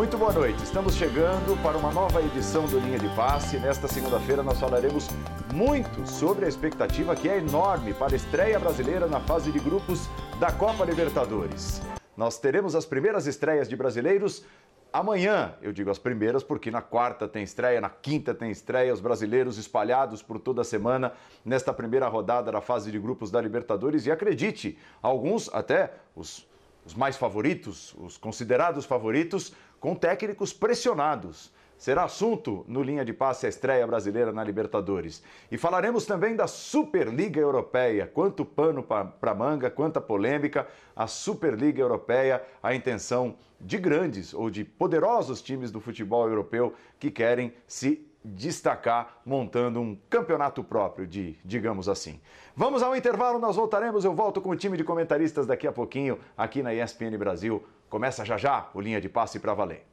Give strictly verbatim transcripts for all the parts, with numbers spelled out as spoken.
Muito boa noite. Estamos chegando para uma nova edição do Linha de Passe. Nesta segunda-feira nós falaremos muito sobre a expectativa que é enorme para a estreia brasileira na fase de grupos da Copa Libertadores. Nós teremos as primeiras estreias de brasileiros amanhã. Eu digo as primeiras porque na quarta tem estreia, na quinta tem estreia, os brasileiros espalhados por toda a semana nesta primeira rodada da fase de grupos da Libertadores. E acredite, alguns até os, os mais favoritos, os considerados favoritos, com técnicos pressionados. Será assunto no Linha de Passe a estreia brasileira na Libertadores. E falaremos também da Superliga Europeia. Quanto pano para manga, quanta polêmica. A Superliga Europeia, a intenção de grandes ou de poderosos times do futebol europeu que querem se destacar montando um campeonato próprio, de, digamos assim. Vamos ao intervalo, nós voltaremos. Eu volto com o time de comentaristas daqui a pouquinho aqui na E S P N Brasil. Começa já já o Linha de Passe para valer.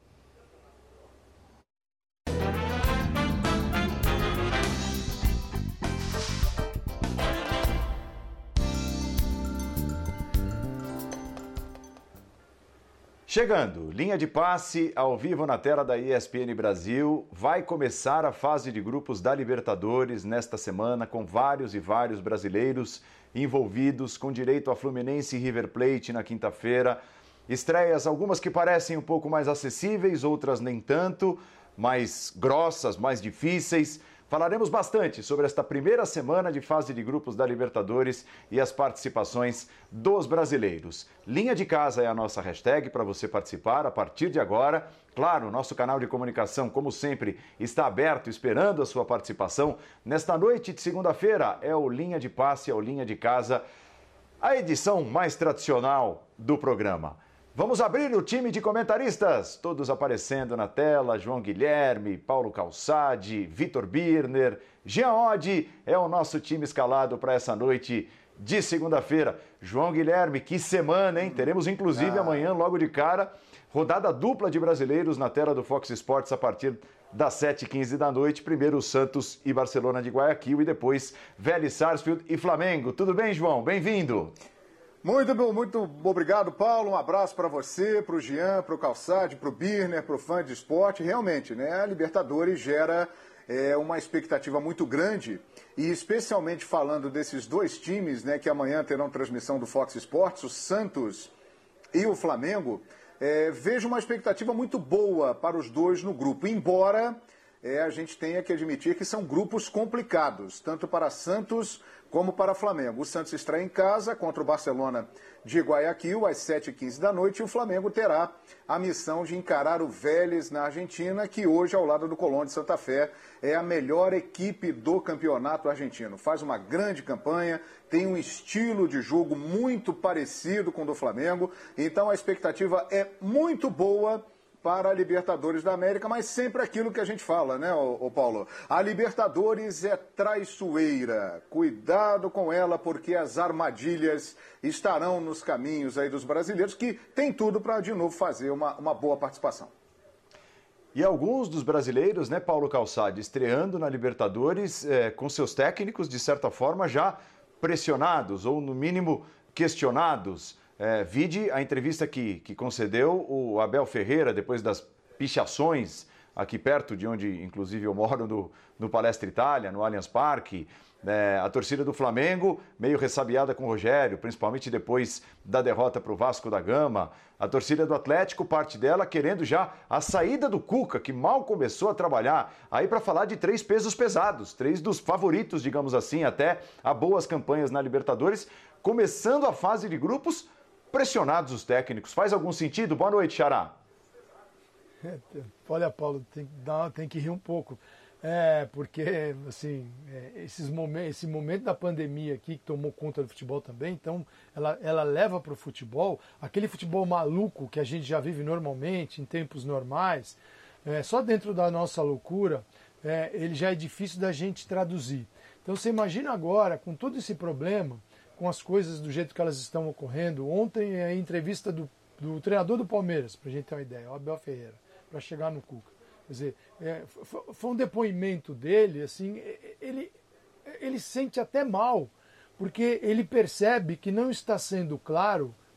Chegando, Linha de Passe ao vivo na tela da E S P N Brasil. Vai começar a fase de grupos da Libertadores nesta semana com vários e vários brasileiros envolvidos, com direito a Fluminense e River Plate na quinta-feira. Estreias, algumas que parecem um pouco mais acessíveis, outras nem tanto, mais grossas, mais difíceis. Falaremos bastante sobre esta primeira semana de fase de grupos da Libertadores e as participações dos brasileiros. Linha de Casa é a nossa hashtag para você participar a partir de agora. Claro, nosso canal de comunicação, como sempre, está aberto esperando a sua participação. Nesta noite de segunda-feira é o Linha de Passe, é o Linha de Casa, a edição mais tradicional do programa. Vamos abrir o time de comentaristas, todos aparecendo na tela. João Guilherme, Paulo Calçade, Vitor Birner, Jean Oddi é o nosso time escalado para essa noite de segunda-feira. João Guilherme, que semana, hein? Teremos inclusive ah. amanhã, logo de cara, rodada dupla de brasileiros na tela do Fox Sports a partir das sete e quinze da noite. Primeiro o Santos e Barcelona de Guayaquil e depois Vélez Sarsfield e Flamengo. Tudo bem, João? Bem-vindo. Muito, muito obrigado, Paulo. Um abraço para você, para o Jean, para o Calçade, para o Birner, para o fã de esporte. Realmente, né, a Libertadores gera é, uma expectativa muito grande e especialmente falando desses dois times, né, que amanhã terão transmissão do Fox Sports, o Santos e o Flamengo, é, vejo uma expectativa muito boa para os dois no grupo, embora é, a gente tenha que admitir que são grupos complicados, tanto para Santos como para Flamengo. O Santos estreia em casa contra o Barcelona de Guayaquil às sete e quinze da noite e o Flamengo terá a missão de encarar o Vélez na Argentina, que hoje, ao lado do Colón de Santa Fé, é a melhor equipe do campeonato argentino. Faz uma grande campanha, tem um estilo de jogo muito parecido com o do Flamengo, então a expectativa é muito boa para a Libertadores da América, mas sempre aquilo que a gente fala, né, ô, ô Paulo? A Libertadores é traiçoeira. Cuidado com ela, porque as armadilhas estarão nos caminhos aí dos brasileiros, que tem tudo para, de novo, fazer uma, uma boa participação. E alguns dos brasileiros, né, Paulo Calçade, estreando na Libertadores é, com seus técnicos, de certa forma, já pressionados ou, no mínimo, questionados. É, vide a entrevista que, que concedeu o Abel Ferreira depois das pichações aqui perto de onde, inclusive, eu moro, no, no Palestra Itália, no Allianz Parque. É, a torcida do Flamengo meio ressabiada com o Rogério, principalmente depois da derrota para o Vasco da Gama. A torcida do Atlético, parte dela querendo já a saída do Cuca, que mal começou a trabalhar. Aí para falar de três pesos pesados, três dos favoritos, digamos assim, até a boas campanhas na Libertadores, começando a fase de grupos, pressionados os técnicos. Faz algum sentido? Boa noite, Xará. Olha, Paulo, tem que, dar, tem que rir um pouco. É, porque, assim, é, esses momentos, esse momento da pandemia aqui que tomou conta do futebol também, então ela, ela leva para o futebol, aquele futebol maluco que a gente já vive normalmente, em tempos normais, é, só dentro da nossa loucura, é, ele já é difícil da gente traduzir. Então você imagina agora, com todo esse problema, com as coisas do jeito que elas estão ocorrendo. Ontem, a entrevista do, do treinador do Palmeiras, para a gente ter uma ideia, o Abel Ferreira, para chegar no Cuca. Quer dizer, é, foi um depoimento dele, assim, ele, ele sente até mal, porque ele percebe que não está sendo claro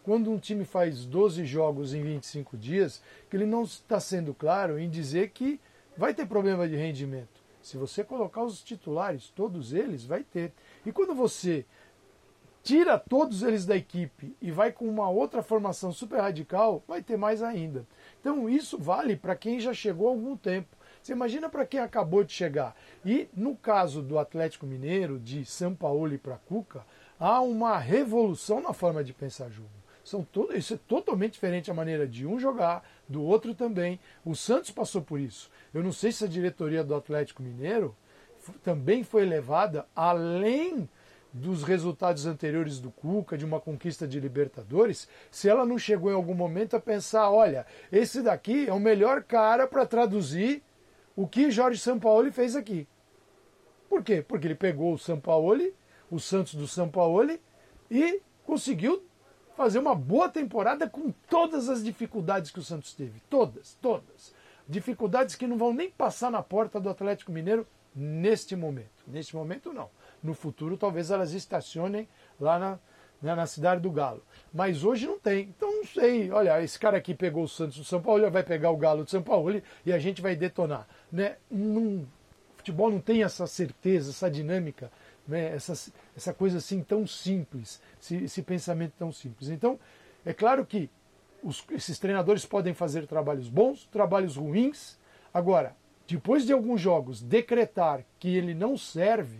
quando um time faz doze jogos em vinte e cinco dias, que ele não está sendo claro em dizer que vai ter problema de rendimento. Se você colocar os titulares, todos eles, vai ter. E quando você tira todos eles da equipe e vai com uma outra formação super radical, vai ter mais ainda. Então isso vale para quem já chegou há algum tempo. Você imagina para quem acabou de chegar. E no caso do Atlético Mineiro, de Sampaoli para Cuca, há uma revolução na forma de pensar jogo. São todo, isso é totalmente diferente a maneira de um jogar, do outro também. O Santos passou por isso. Eu não sei se a diretoria do Atlético Mineiro também foi levada além dos resultados anteriores do Cuca, de uma conquista de Libertadores, se ela não chegou em algum momento a pensar, olha, esse daqui é o melhor cara para traduzir o que Jorge Sampaoli fez aqui. Por quê? Porque ele pegou o Sampaoli, o Santos do Sampaoli, e conseguiu fazer uma boa temporada com todas as dificuldades que o Santos teve. Todas, todas. Dificuldades que não vão nem passar na porta do Atlético Mineiro neste momento. Neste momento, não. No futuro, talvez elas estacionem lá na, né, na cidade do Galo. Mas hoje não tem. Então, não sei. Olha, esse cara aqui pegou o Santos do São Paulo, vai pegar o Galo do São Paulo e a gente vai detonar. Né? Não, futebol não tem essa certeza, essa dinâmica, né? essa, essa coisa assim tão simples, esse, esse pensamento tão simples. Então, é claro que os, esses treinadores podem fazer trabalhos bons, trabalhos ruins. Agora, depois de alguns jogos, decretar que ele não serve,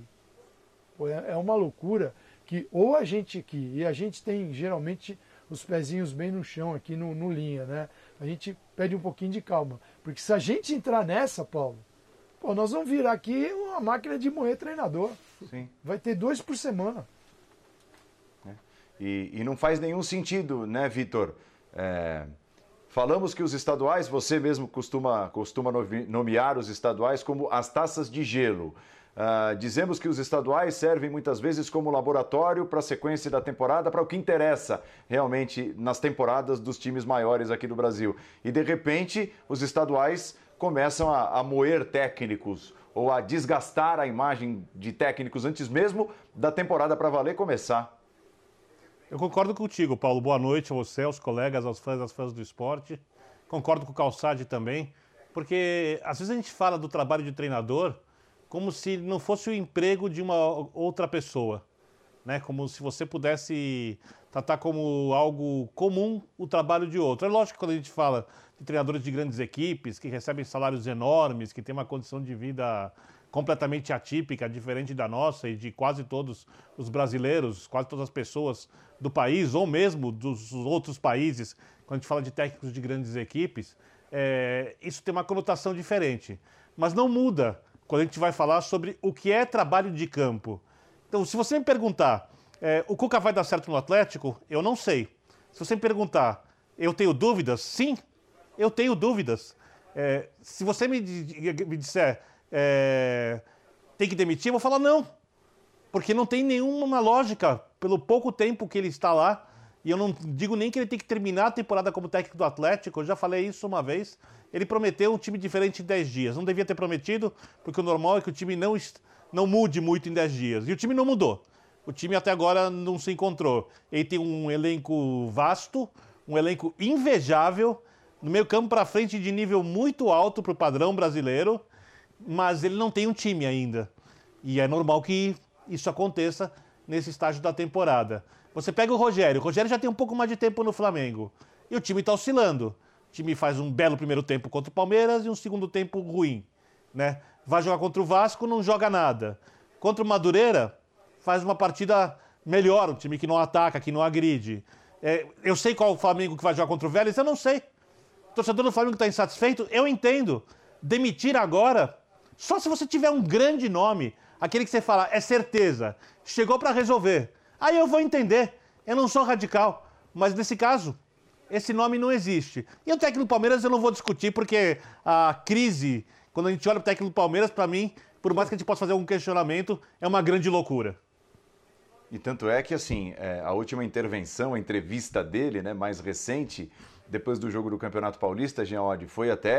é uma loucura que ou a gente aqui, e a gente tem geralmente os pezinhos bem no chão aqui no, no linha, né? A gente pede um pouquinho de calma. Porque se a gente entrar nessa, Paulo, pô, nós vamos virar aqui uma máquina de moer treinador. Sim. Vai ter dois por semana. É. E, e não faz nenhum sentido, né, Vitor? É... Falamos que os estaduais, você mesmo costuma, costuma nomear os estaduais como as taças de gelo. Uh, dizemos que os estaduais servem muitas vezes como laboratório para a sequência da temporada, para o que interessa realmente nas temporadas dos times maiores aqui do Brasil. E de repente os estaduais começam a, a moer técnicos ou a desgastar a imagem de técnicos antes mesmo da temporada para valer começar. Eu concordo contigo, Paulo. Boa noite a você, aos colegas, aos fãs, às fãs do esporte. Concordo com o Calçade também, porque às vezes a gente fala do trabalho de treinador como se não fosse o emprego de uma outra pessoa, né? Como se você pudesse tratar como algo comum o trabalho de outro. É lógico que quando a gente fala de treinadores de grandes equipes, que recebem salários enormes, que têm uma condição de vida completamente atípica, diferente da nossa e de quase todos os brasileiros, quase todas as pessoas do país, ou mesmo dos outros países, quando a gente fala de técnicos de grandes equipes, é, isso tem uma conotação diferente. Mas não muda quando a gente vai falar sobre o que é trabalho de campo. Então, se você me perguntar, é, o Cuca vai dar certo no Atlético? Eu não sei. Se você me perguntar, eu tenho dúvidas? Sim, eu tenho dúvidas. É, se você me, me disser, é, tem que demitir, eu vou falar não. Porque não tem nenhuma lógica, pelo pouco tempo que ele está lá, e eu não digo nem que ele tem que terminar a temporada como técnico do Atlético, eu já falei isso uma vez. Ele prometeu um time diferente em dez dias. Não devia ter prometido, porque o normal é que o time não, não mude muito em dez dias. E o time não mudou. O time até agora não se encontrou. Ele tem um elenco vasto, um elenco invejável, no meio campo para frente de nível muito alto para o padrão brasileiro, mas ele não tem um time ainda. E é normal que isso aconteça nesse estágio da temporada. Você pega o Rogério. O Rogério já tem um pouco mais de tempo no Flamengo. E o time está oscilando. O time faz um belo primeiro tempo contra o Palmeiras e um segundo tempo ruim, né? Vai jogar contra o Vasco, não joga nada. Contra o Madureira, faz uma partida melhor, um time que não ataca, que não agride. É, eu sei qual o Flamengo que vai jogar contra o Vélez, eu não sei. O torcedor do Flamengo está insatisfeito, eu entendo. Demitir agora, só se você tiver um grande nome, aquele que você fala, é certeza, chegou para resolver. Aí eu vou entender, eu não sou radical, mas nesse caso, esse nome não existe. E o técnico do Palmeiras eu não vou discutir, porque a crise, quando a gente olha para o técnico do Palmeiras, para mim, por mais que a gente possa fazer algum questionamento, é uma grande loucura. E tanto é que, assim, é, a última intervenção, a entrevista dele, né, mais recente, depois do jogo do Campeonato Paulista, Jean Oddi, foi até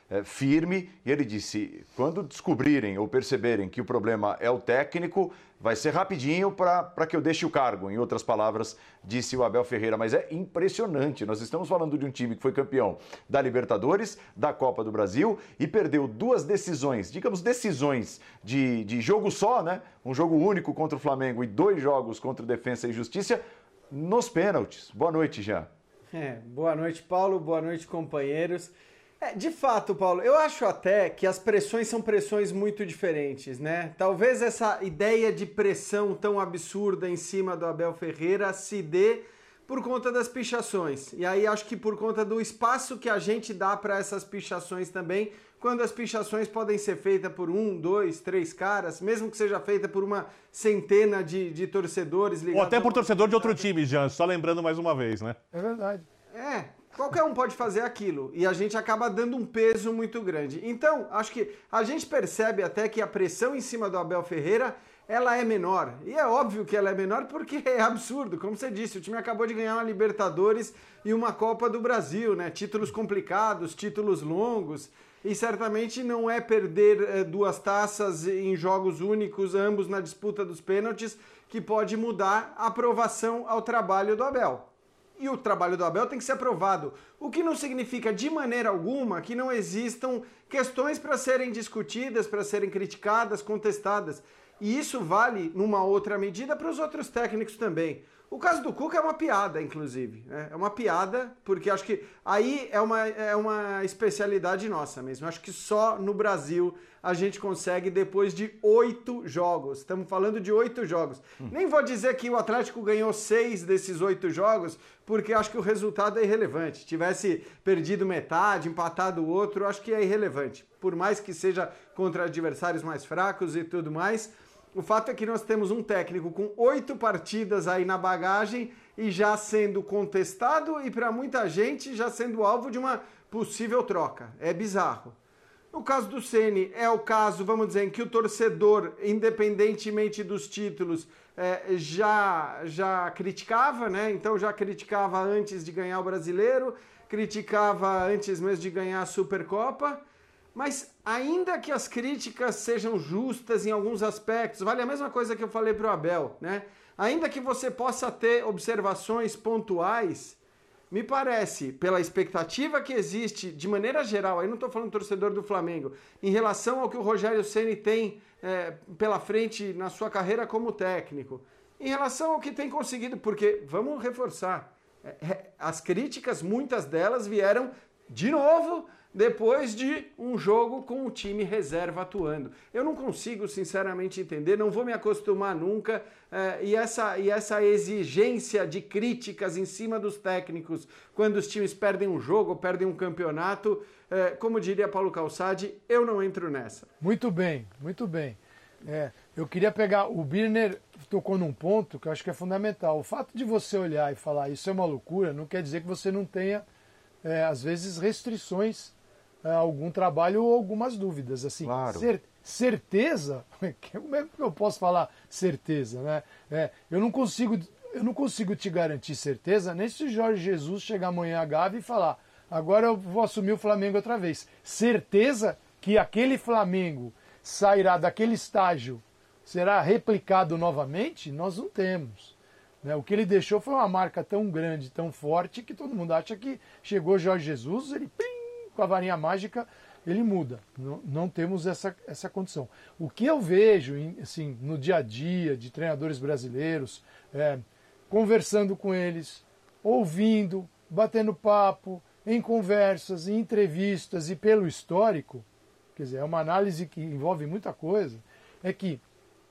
é, firme, e ele disse, quando descobrirem ou perceberem que o problema é o técnico, vai ser rapidinho para que eu deixe o cargo, em outras palavras, disse o Abel Ferreira. Mas é impressionante, nós estamos falando de um time que foi campeão da Libertadores, da Copa do Brasil e perdeu duas decisões, digamos decisões de, de jogo só, né? Um jogo único contra o Flamengo e dois jogos contra o Defensa e Justiça nos pênaltis. Boa noite, Jean. É, boa noite, Paulo, boa noite, companheiros. É, de fato, Paulo, eu acho até que as pressões são pressões muito diferentes, né? Talvez essa ideia de pressão tão absurda em cima do Abel Ferreira se dê por conta das pichações. E aí acho que por conta do espaço que a gente dá para essas pichações também, quando as pichações podem ser feitas por um, dois, três caras, mesmo que seja feita por uma centena de, de torcedores ligados. Ou até por torcedor de outro time, Jean, só lembrando mais uma vez, né? É verdade. É, qualquer um pode fazer aquilo e a gente acaba dando um peso muito grande. Então, acho que a gente percebe até que a pressão em cima do Abel Ferreira, ela é menor. E é óbvio que ela é menor porque é absurdo. Como você disse, o time acabou de ganhar uma Libertadores e uma Copa do Brasil, né? Títulos complicados, títulos longos. E certamente não é perder eh, duas taças em jogos únicos, ambos na disputa dos pênaltis, que pode mudar a aprovação ao trabalho do Abel. E o trabalho do Abel tem que ser aprovado, o que não significa de maneira alguma que não existam questões para serem discutidas, para serem criticadas, contestadas. E isso vale, numa outra medida, para os outros técnicos também. O caso do Cuca é uma piada, inclusive. Né? É uma piada, porque acho que aí é uma, é uma especialidade nossa mesmo. Acho que só no Brasil a gente consegue depois de oito jogos. Estamos falando de oito jogos. Hum. Nem vou dizer que o Atlético ganhou seis desses oito jogos, porque acho que o resultado é irrelevante. Tivesse perdido metade, empatado o outro, acho que é irrelevante. Por mais que seja contra adversários mais fracos e tudo mais, o fato é que nós temos um técnico com oito partidas aí na bagagem e já sendo contestado e para muita gente já sendo alvo de uma possível troca. É bizarro. No caso do Ceni, é o caso, vamos dizer, em que o torcedor, independentemente dos títulos, é, já, já criticava, né? Então já criticava antes de ganhar o Brasileiro, criticava antes mesmo de ganhar a Supercopa. Mas ainda que as críticas sejam justas em alguns aspectos, vale a mesma coisa que eu falei para o Abel, né? Ainda que você possa ter observações pontuais, me parece, pela expectativa que existe de maneira geral, aí não estou falando do torcedor do Flamengo, em relação ao que o Rogério Ceni tem é, pela frente na sua carreira como técnico, em relação ao que tem conseguido, porque, vamos reforçar, é, as críticas, muitas delas vieram de novo depois de um jogo com o time reserva atuando. Eu não consigo, sinceramente, entender, não vou me acostumar nunca, eh, e, essa, e essa exigência de críticas em cima dos técnicos quando os times perdem um jogo ou perdem um campeonato, eh, como diria Paulo Calçade, eu não entro nessa. Muito bem, muito bem. É, eu queria pegar, o Birner tocou num ponto que eu acho que é fundamental. O fato de você olhar e falar isso é uma loucura, não quer dizer que você não tenha, é, às vezes, restrições a algum trabalho ou algumas dúvidas. Assim, claro. cer certeza, como é que eu posso falar certeza, né? É, eu não consigo, eu não consigo te garantir certeza nem se o Jorge Jesus chegar amanhã à Gávea e falar, agora eu vou assumir o Flamengo outra vez. Certeza que aquele Flamengo sairá daquele estágio, será replicado novamente? Nós não temos. Né? O que ele deixou foi uma marca tão grande, tão forte, que todo mundo acha que chegou Jorge Jesus, ele pim, com a varinha mágica, ele muda. Não, não temos essa, essa condição. O que eu vejo assim, no dia a dia de treinadores brasileiros, é, conversando com eles, ouvindo, batendo papo, em conversas, em entrevistas e pelo histórico, quer dizer, é uma análise que envolve muita coisa, é que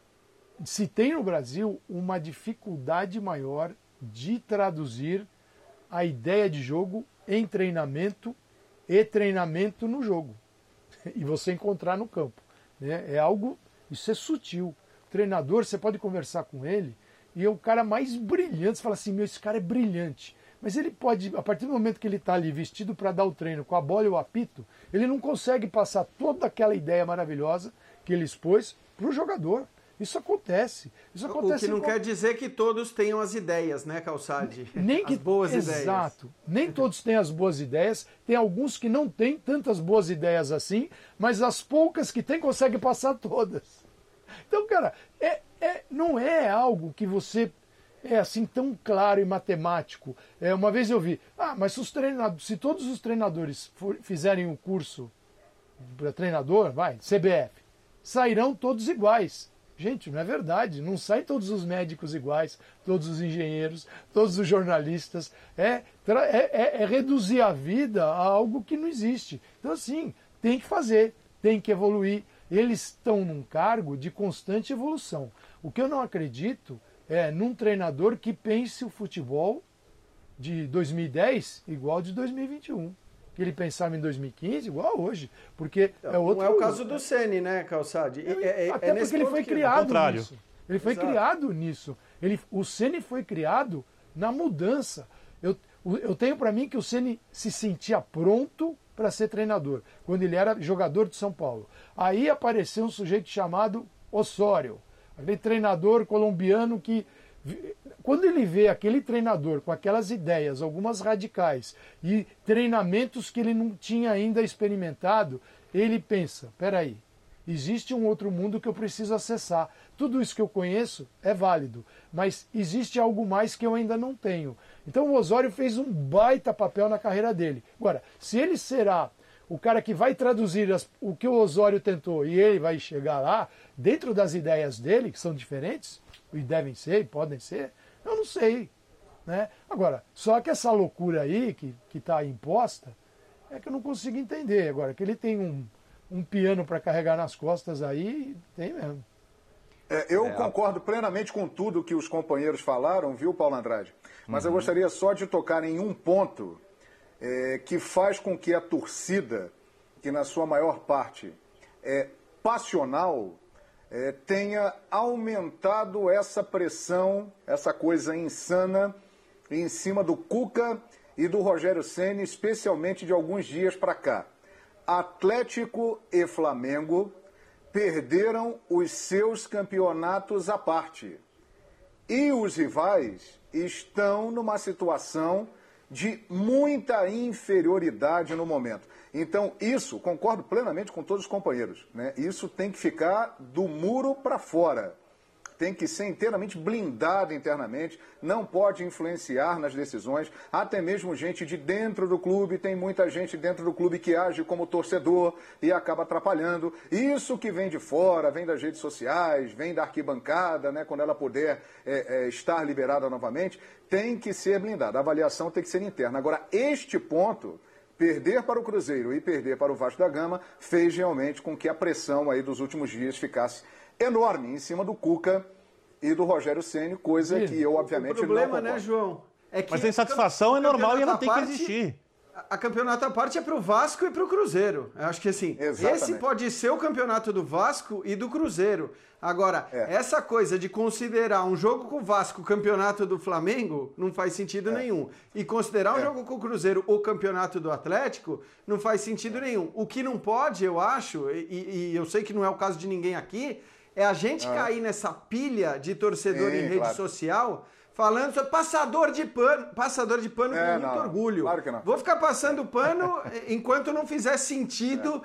se tem no Brasil uma dificuldade maior de traduzir a ideia de jogo em treinamento e treinamento no jogo. E você encontrar no campo. Né? É algo, isso é sutil. O treinador, você pode conversar com ele e é o cara mais brilhante. Você fala assim, meu, esse cara é brilhante. Mas ele pode, a partir do momento que ele está ali vestido para dar o treino com a bola e o apito, ele não consegue passar toda aquela ideia maravilhosa que ele expôs para o jogador. Isso acontece. Isso acontece. O que não em... quer dizer que todos tenham as ideias, né, Calçade? Nem que... As boas Exato. ideias. Exato. Nem todos têm as boas ideias. Tem alguns que não têm tantas boas ideias assim, mas as poucas que têm conseguem passar todas. Então, cara, é, é, não é algo que você é assim tão claro e matemático. É, uma vez eu vi, ah, mas se, os treinadores, se todos os treinadores for, fizerem o um curso para treinador, vai, C B F, sairão todos iguais. Gente, não é verdade. Não saem todos os médicos iguais, todos os engenheiros, todos os jornalistas. É, é, é reduzir a vida a algo que não existe. Então, assim, tem que fazer, tem que evoluir. Eles estão num cargo de constante evolução. O que eu não acredito é num treinador que pense o futebol de dois mil e dez igual de dois mil e vinte e um. Que ele pensava em dois mil e quinze igual a hoje. Porque então, é outro. Não é o caso do Ceni, né, Calçade? É, é, Até é porque ele foi que... criado nisso. Ele foi Exato. criado nisso. Ele, o Ceni foi criado na mudança. Eu, eu tenho para mim que o Ceni se sentia pronto para ser treinador, quando ele era jogador de São Paulo. Aí apareceu um sujeito chamado Osório, aquele treinador colombiano que, quando ele vê aquele treinador com aquelas ideias, algumas radicais, e treinamentos que ele não tinha ainda experimentado, ele pensa, peraí, existe um outro mundo que eu preciso acessar. Tudo isso que eu conheço é válido, mas existe algo mais que eu ainda não tenho. Então o Osório fez um baita papel na carreira dele. Agora, se ele será o cara que vai traduzir as, o que o Osório tentou e ele vai chegar lá, dentro das ideias dele, que são diferentes, e devem ser, e podem ser, eu não sei. Né? Agora, só que essa loucura aí, que está imposta, é que eu não consigo entender. Agora, que ele tem um, um piano para carregar nas costas aí, tem mesmo. É, eu é, concordo plenamente com tudo que os companheiros falaram, viu, Paulo Andrade? Mas uhum. eu gostaria só de tocar em um ponto é, que faz com que a torcida, que na sua maior parte é passional, é, tenha aumentado essa pressão, essa coisa insana, em cima do Cuca e do Rogério Ceni, especialmente de alguns dias para cá. Atlético e Flamengo perderam os seus campeonatos à parte. E os rivais estão numa situação de muita inferioridade no momento. Então, isso, concordo plenamente com todos os companheiros, né? Isso tem que ficar do muro para fora. Tem que ser inteiramente blindado internamente, não pode influenciar nas decisões, até mesmo gente de dentro do clube, tem muita gente dentro do clube que age como torcedor e acaba atrapalhando. Isso que vem de fora, vem das redes sociais, vem da arquibancada, né, quando ela puder é, é, estar liberada novamente, tem que ser blindado, a avaliação tem que ser interna. Agora, este ponto, perder para o Cruzeiro e perder para o Vasco da Gama, fez realmente com que a pressão aí dos últimos dias ficasse enorme em cima do Cuca e do Rogério Ceni, coisa que eu, obviamente, não concordo. O problema, né, João? É que mas a insatisfação é normal e ela tem que existir. A campeonato à parte é para o Vasco e para o Cruzeiro. Eu acho que assim, exatamente. Esse pode ser o campeonato do Vasco e do Cruzeiro. Agora, é. essa coisa de considerar um jogo com o Vasco o campeonato do Flamengo não faz sentido é. nenhum. E considerar um é. jogo com o Cruzeiro o campeonato do Atlético não faz sentido é. nenhum. O que não pode, eu acho, e, e eu sei que não é o caso de ninguém aqui, é a gente ah. cair nessa pilha de torcedor Sim, em rede claro. social falando sobre passador de pano, passador de pano é, com muito não, orgulho. Claro que não. Vou ficar passando pano enquanto não fizer sentido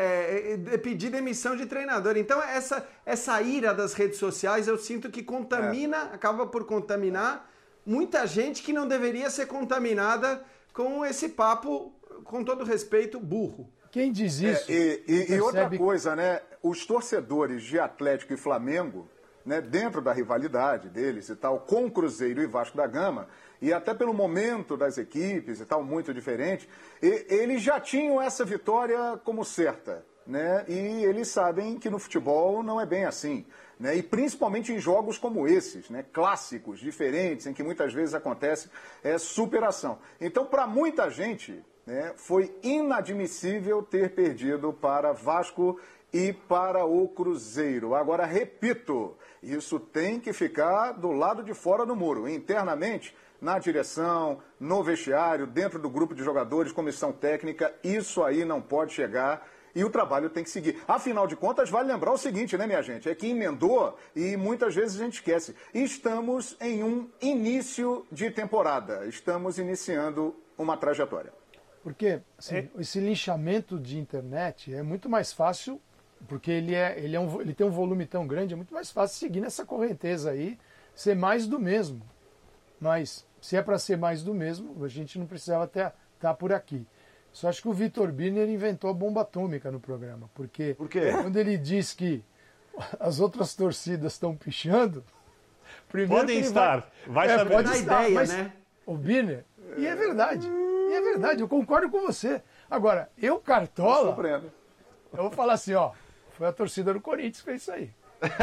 é. É, é, pedir demissão de treinador. Então, essa, essa ira das redes sociais, eu sinto que contamina, é. acaba por contaminar muita gente que não deveria ser contaminada com esse papo, com todo respeito, burro. Quem diz isso? É, e, e, percebe... e outra coisa, né? Os torcedores de Atlético e Flamengo, né, dentro da rivalidade deles e tal, com Cruzeiro e Vasco da Gama, e até pelo momento das equipes e tal, muito diferente, e, eles já tinham essa vitória como certa, né? E eles sabem que no futebol não é bem assim, né? E principalmente em jogos como esses, né? Clássicos, diferentes, em que muitas vezes acontece é, superação. Então, para muita gente, né, foi inadmissível ter perdido para Vasco e para o Cruzeiro. Agora, repito, isso tem que ficar do lado de fora do muro, internamente, na direção, no vestiário, dentro do grupo de jogadores, comissão técnica, isso aí não pode chegar e o trabalho tem que seguir. Afinal de contas, vale lembrar o seguinte, né, minha gente? É que emendou e muitas vezes a gente esquece. Estamos em um início de temporada. Estamos iniciando uma trajetória. Porque assim, é. esse linchamento de internet é muito mais fácil, porque ele, é, ele, é um, ele tem um volume tão grande, é muito mais fácil seguir nessa correnteza aí, ser mais do mesmo. Mas se é para ser mais do mesmo, a gente não precisava estar tá por aqui. Só acho que o Vitor Birner inventou a bomba atômica no programa. Porque por quê? Quando ele diz que as outras torcidas estão pichando, primeiro podem que estar. Vai, vai é, saber. pode na estar, ideia, mas, né? O Birner, e é verdade. E é verdade, eu concordo com você. Agora, eu, Cartola, eu vou falar assim, ó, foi a torcida do Corinthians que fez isso aí.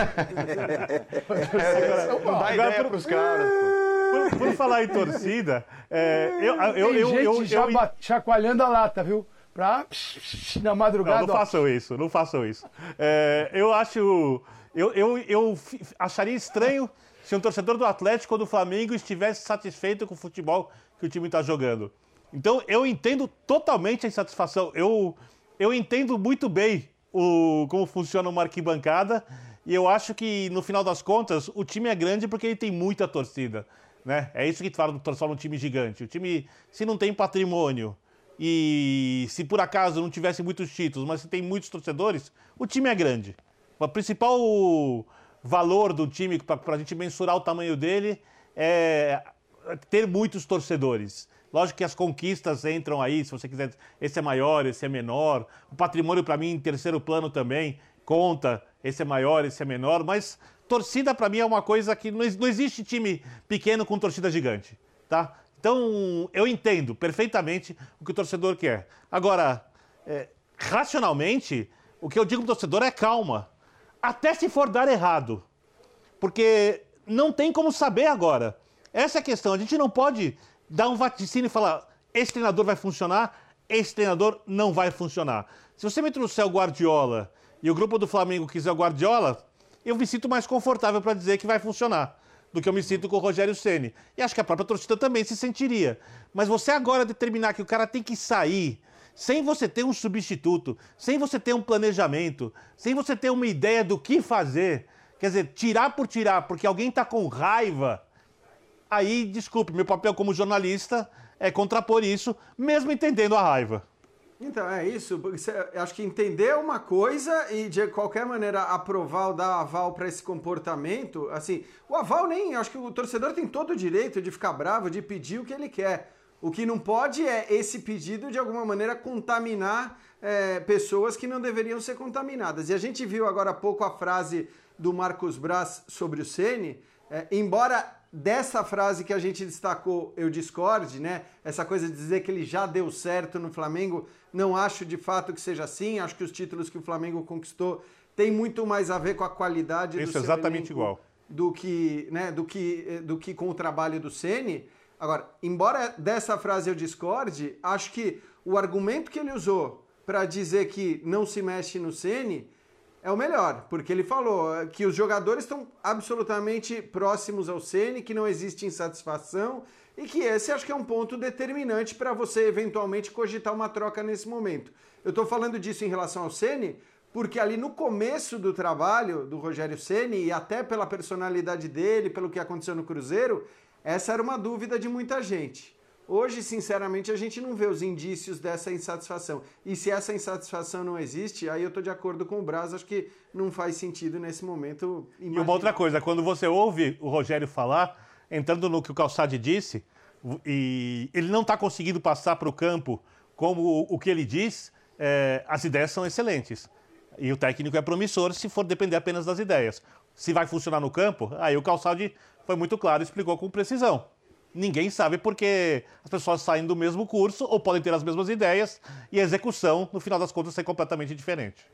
Não dá ideia para os caras, pô. Por, por falar em torcida, é, eu, eu, Tem eu, gente eu, já eu, chacoalhando a lata, viu? Pra na madrugada. Não, não façam isso, não façam isso. É, eu acho. Eu, eu, eu acharia estranho se um torcedor do Atlético ou do Flamengo estivesse satisfeito com o futebol que o time está jogando. Então, eu entendo totalmente a insatisfação. Eu, eu entendo muito bem o, como funciona uma arquibancada. E eu acho que, no final das contas, o time é grande porque ele tem muita torcida. Né? É isso que fala do torcedor um time gigante. O time, se não tem patrimônio e se por acaso não tivesse muitos títulos, mas se tem muitos torcedores, o time é grande. O principal valor do time, para a gente mensurar o tamanho dele, é ter muitos torcedores. Lógico que as conquistas entram aí, se você quiser, esse é maior, esse é menor. O patrimônio, para mim, em terceiro plano também, conta, esse é maior, esse é menor, mas torcida para mim é uma coisa que não, não existe time pequeno com torcida gigante, tá? Então, eu entendo perfeitamente o que o torcedor quer. Agora, é, racionalmente, o que eu digo pro torcedor é calma. Até se for dar errado. Porque não tem como saber agora. Essa é a questão. A gente não pode dar um vaticínio e falar esse treinador vai funcionar, esse treinador não vai funcionar. Se você me trouxer o Guardiola e o grupo do Flamengo quiser o Guardiola, eu me sinto mais confortável para dizer que vai funcionar do que eu me sinto com o Rogério Ceni. E acho que a própria torcida também se sentiria. Mas você agora determinar que o cara tem que sair, sem você ter um substituto, sem você ter um planejamento, sem você ter uma ideia do que fazer, quer dizer, tirar por tirar, porque alguém está com raiva, aí, desculpe, meu papel como jornalista é contrapor isso, mesmo entendendo a raiva. Então, é isso. Eu acho que entender é uma coisa e, de qualquer maneira, aprovar ou dar aval para esse comportamento, assim, o aval nem... Acho que o torcedor tem todo o direito de ficar bravo, de pedir o que ele quer. O que não pode é esse pedido, de alguma maneira, contaminar é, pessoas que não deveriam ser contaminadas. E a gente viu agora há pouco a frase do Marcos Braz sobre o Ceni, é, embora dessa frase que a gente destacou eu discorde, né? Essa coisa de dizer que ele já deu certo no Flamengo, não acho de fato que seja assim. Acho que os títulos que o Flamengo conquistou têm muito mais a ver com a qualidade Isso, do seu exatamente elenco igual. do que, né, do que, do que com o trabalho do Ceni. Agora, embora dessa frase eu discorde, acho que o argumento que ele usou para dizer que não se mexe no Ceni é o melhor, porque ele falou que os jogadores estão absolutamente próximos ao Ceni, que não existe insatisfação e que esse acho que é um ponto determinante para você eventualmente cogitar uma troca nesse momento. Eu estou falando disso em relação ao Ceni porque ali no começo do trabalho do Rogério Ceni e até pela personalidade dele, pelo que aconteceu no Cruzeiro, essa era uma dúvida de muita gente. Hoje, sinceramente, a gente não vê os indícios dessa insatisfação. E se essa insatisfação não existe, aí eu estou de acordo com o Braz, acho que não faz sentido nesse momento. Imagina... E uma outra coisa, quando você ouve o Rogério falar, entrando no que o Calçade disse, e ele não está conseguindo passar para o campo como o que ele diz, é, as ideias são excelentes. E o técnico é promissor se for depender apenas das ideias. Se vai funcionar no campo, aí o Calçade foi muito claro e explicou com precisão. Ninguém sabe porque as pessoas saem do mesmo curso ou podem ter as mesmas ideias e a execução, no final das contas, ser completamente diferente.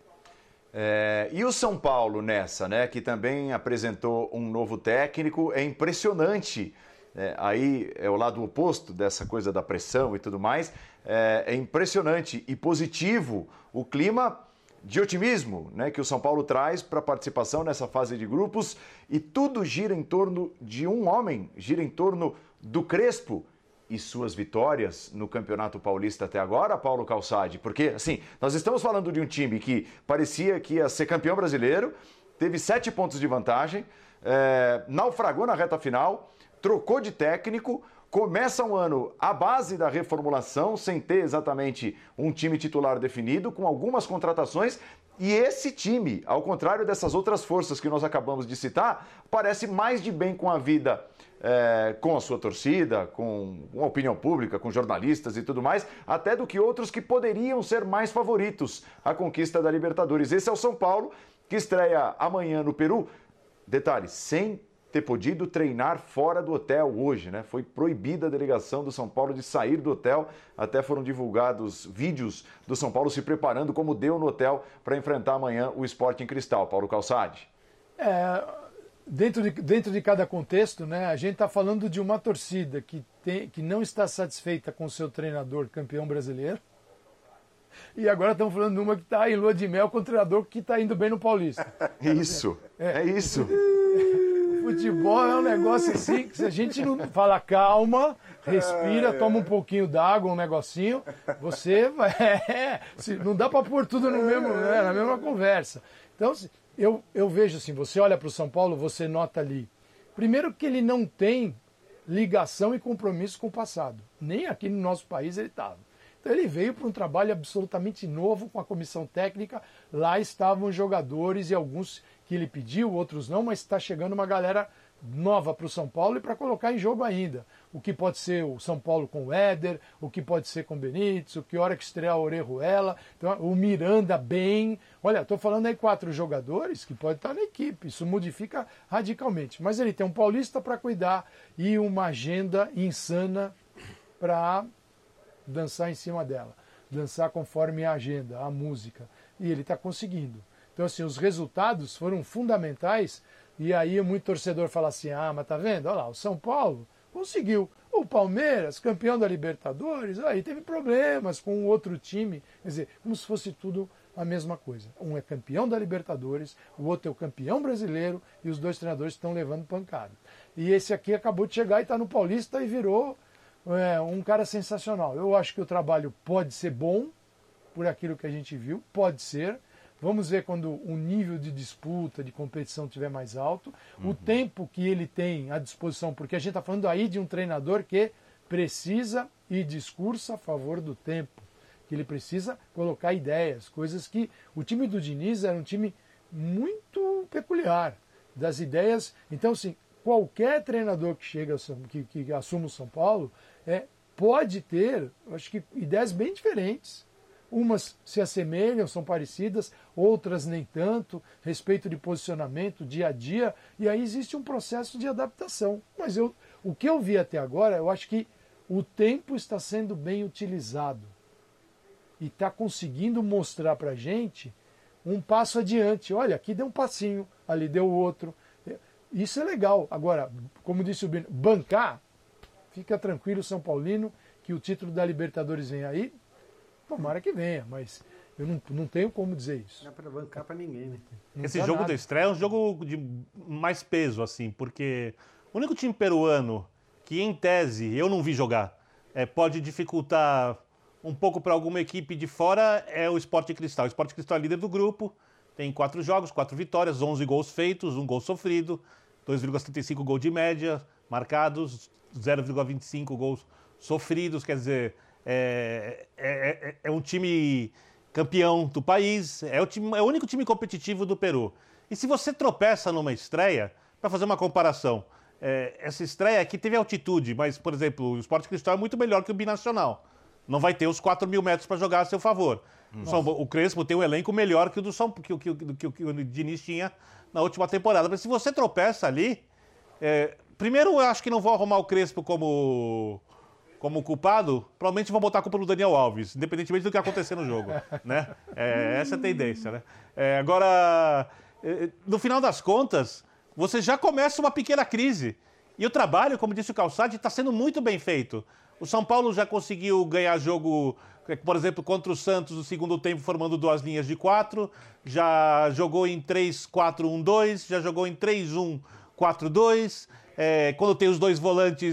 É, e o São Paulo nessa, né, que também apresentou um novo técnico, é impressionante. É, aí é o lado oposto dessa coisa da pressão e tudo mais. É, é impressionante e positivo o clima de otimismo, né, que o São Paulo traz para a participação nessa fase de grupos, e tudo gira em torno de um homem, gira em torno do Crespo e suas vitórias no Campeonato Paulista até agora, Paulo Calçade? Porque, assim, nós estamos falando de um time que parecia que ia ser campeão brasileiro, teve sete pontos de vantagem, é, naufragou na reta final, trocou de técnico, começa um ano à base da reformulação, sem ter exatamente um time titular definido, com algumas contratações. E esse time, ao contrário dessas outras forças que nós acabamos de citar, parece mais de bem com a vida, é, com a sua torcida, com a opinião pública, com jornalistas e tudo mais, até do que outros que poderiam ser mais favoritos à conquista da Libertadores. Esse é o São Paulo, que estreia amanhã no Peru. Detalhe, sem ter podido treinar fora do hotel hoje, né? Foi proibida a delegação do São Paulo de sair do hotel, até foram divulgados vídeos do São Paulo se preparando como deu no hotel para enfrentar amanhã o Sporting Cristal. Paulo Calçade. É, dentro, de, dentro de cada contexto, né, a gente está falando de uma torcida que, tem, que não está satisfeita com o seu treinador campeão brasileiro, e agora estamos falando de uma que está em lua de mel com o treinador que está indo bem no Paulista. Isso, é, é isso. Futebol é um negócio assim que se a gente não fala calma, respira, toma um pouquinho d'água, um negocinho, você vai. É, não dá para pôr tudo no mesmo, né, na mesma conversa. Então, eu, eu vejo assim, você olha para o São Paulo, você nota ali. Primeiro que ele não tem ligação e compromisso com o passado. Nem aqui no nosso país ele estava. Então ele veio para um trabalho absolutamente novo com a comissão técnica. Lá estavam os jogadores e alguns que ele pediu, outros não, mas está chegando uma galera nova para o São Paulo e para colocar em jogo ainda. O que pode ser o São Paulo com o Éder, o que pode ser com o Benítez, o que hora que estrear o Orejuela, então, o Miranda bem. Olha, estou falando aí quatro jogadores que podem estar na equipe, isso modifica radicalmente. Mas ele tem um paulista para cuidar e uma agenda insana para dançar em cima dela, dançar conforme a agenda, a música. E ele está conseguindo. Então, assim, os resultados foram fundamentais. E aí muito torcedor fala assim, ah, mas tá vendo? Olha lá, o São Paulo conseguiu. O Palmeiras, campeão da Libertadores, aí teve problemas com o outro time. Quer dizer, como se fosse tudo a mesma coisa. Um é campeão da Libertadores, o outro é o campeão brasileiro e os dois treinadores estão levando pancada. E esse aqui acabou de chegar e está no Paulista e virou é, um cara sensacional. Eu acho que o trabalho pode ser bom, por aquilo que a gente viu, pode ser. Vamos ver quando o nível de disputa, de competição estiver mais alto, uhum. o tempo que ele tem à disposição, porque a gente está falando aí de um treinador que precisa e discursa a favor do tempo, que ele precisa colocar ideias, coisas que o time do Diniz era um time muito peculiar, das ideias. Então, assim, qualquer treinador que chega, que, que assume o São Paulo, é, pode ter, acho que, ideias bem diferentes. Umas se assemelham, são parecidas, outras nem tanto, respeito de posicionamento, dia a dia, e aí existe um processo de adaptação. Mas eu, o que eu vi até agora, eu acho que o tempo está sendo bem utilizado e está conseguindo mostrar para a gente um passo adiante. Olha, aqui deu um passinho, ali deu outro. Isso é legal. Agora, como disse o Bino, bancar, fica tranquilo, São Paulino, que o título da Libertadores vem aí. Tomara que venha, mas eu não, não tenho como dizer isso. Não é para bancar para ninguém, né? Não Esse dá jogo nada. da estreia é um jogo de mais peso, assim, porque o único time peruano que, em tese, eu não vi jogar, é, pode dificultar um pouco para alguma equipe de fora é o Sporting Cristal. O Sporting Cristal é líder do grupo, tem quatro jogos, quatro vitórias, onze gols feitos, um gol sofrido, dois vírgula setenta e cinco gols de média marcados, zero vírgula vinte e cinco gols sofridos, quer dizer... É, é, é, é um time campeão do país, é o, time, é o único time competitivo do Peru. E se você tropeça numa estreia, para fazer uma comparação, é, essa estreia aqui teve altitude, mas, por exemplo, o Sporting Cristal é muito melhor que o Binacional. Não vai ter os quatro mil metros para jogar a seu favor. São, o Crespo tem um elenco melhor que o do São, que, que, que, que o Diniz tinha na última temporada. Mas se você tropeça ali, é, primeiro eu acho que não vou arrumar o Crespo como... como culpado, provavelmente vão botar a culpa no Daniel Alves, independentemente do que acontecer no jogo, né? É, essa é a tendência, né? É, agora, no final das contas, você já começa uma pequena crise. E o trabalho, como disse o Calçade, está sendo muito bem feito. O São Paulo já conseguiu ganhar jogo, por exemplo, contra o Santos no segundo tempo, formando duas linhas de quatro, já jogou em três quatro um dois, já jogou em três um quatro dois, é, quando tem os dois volantes...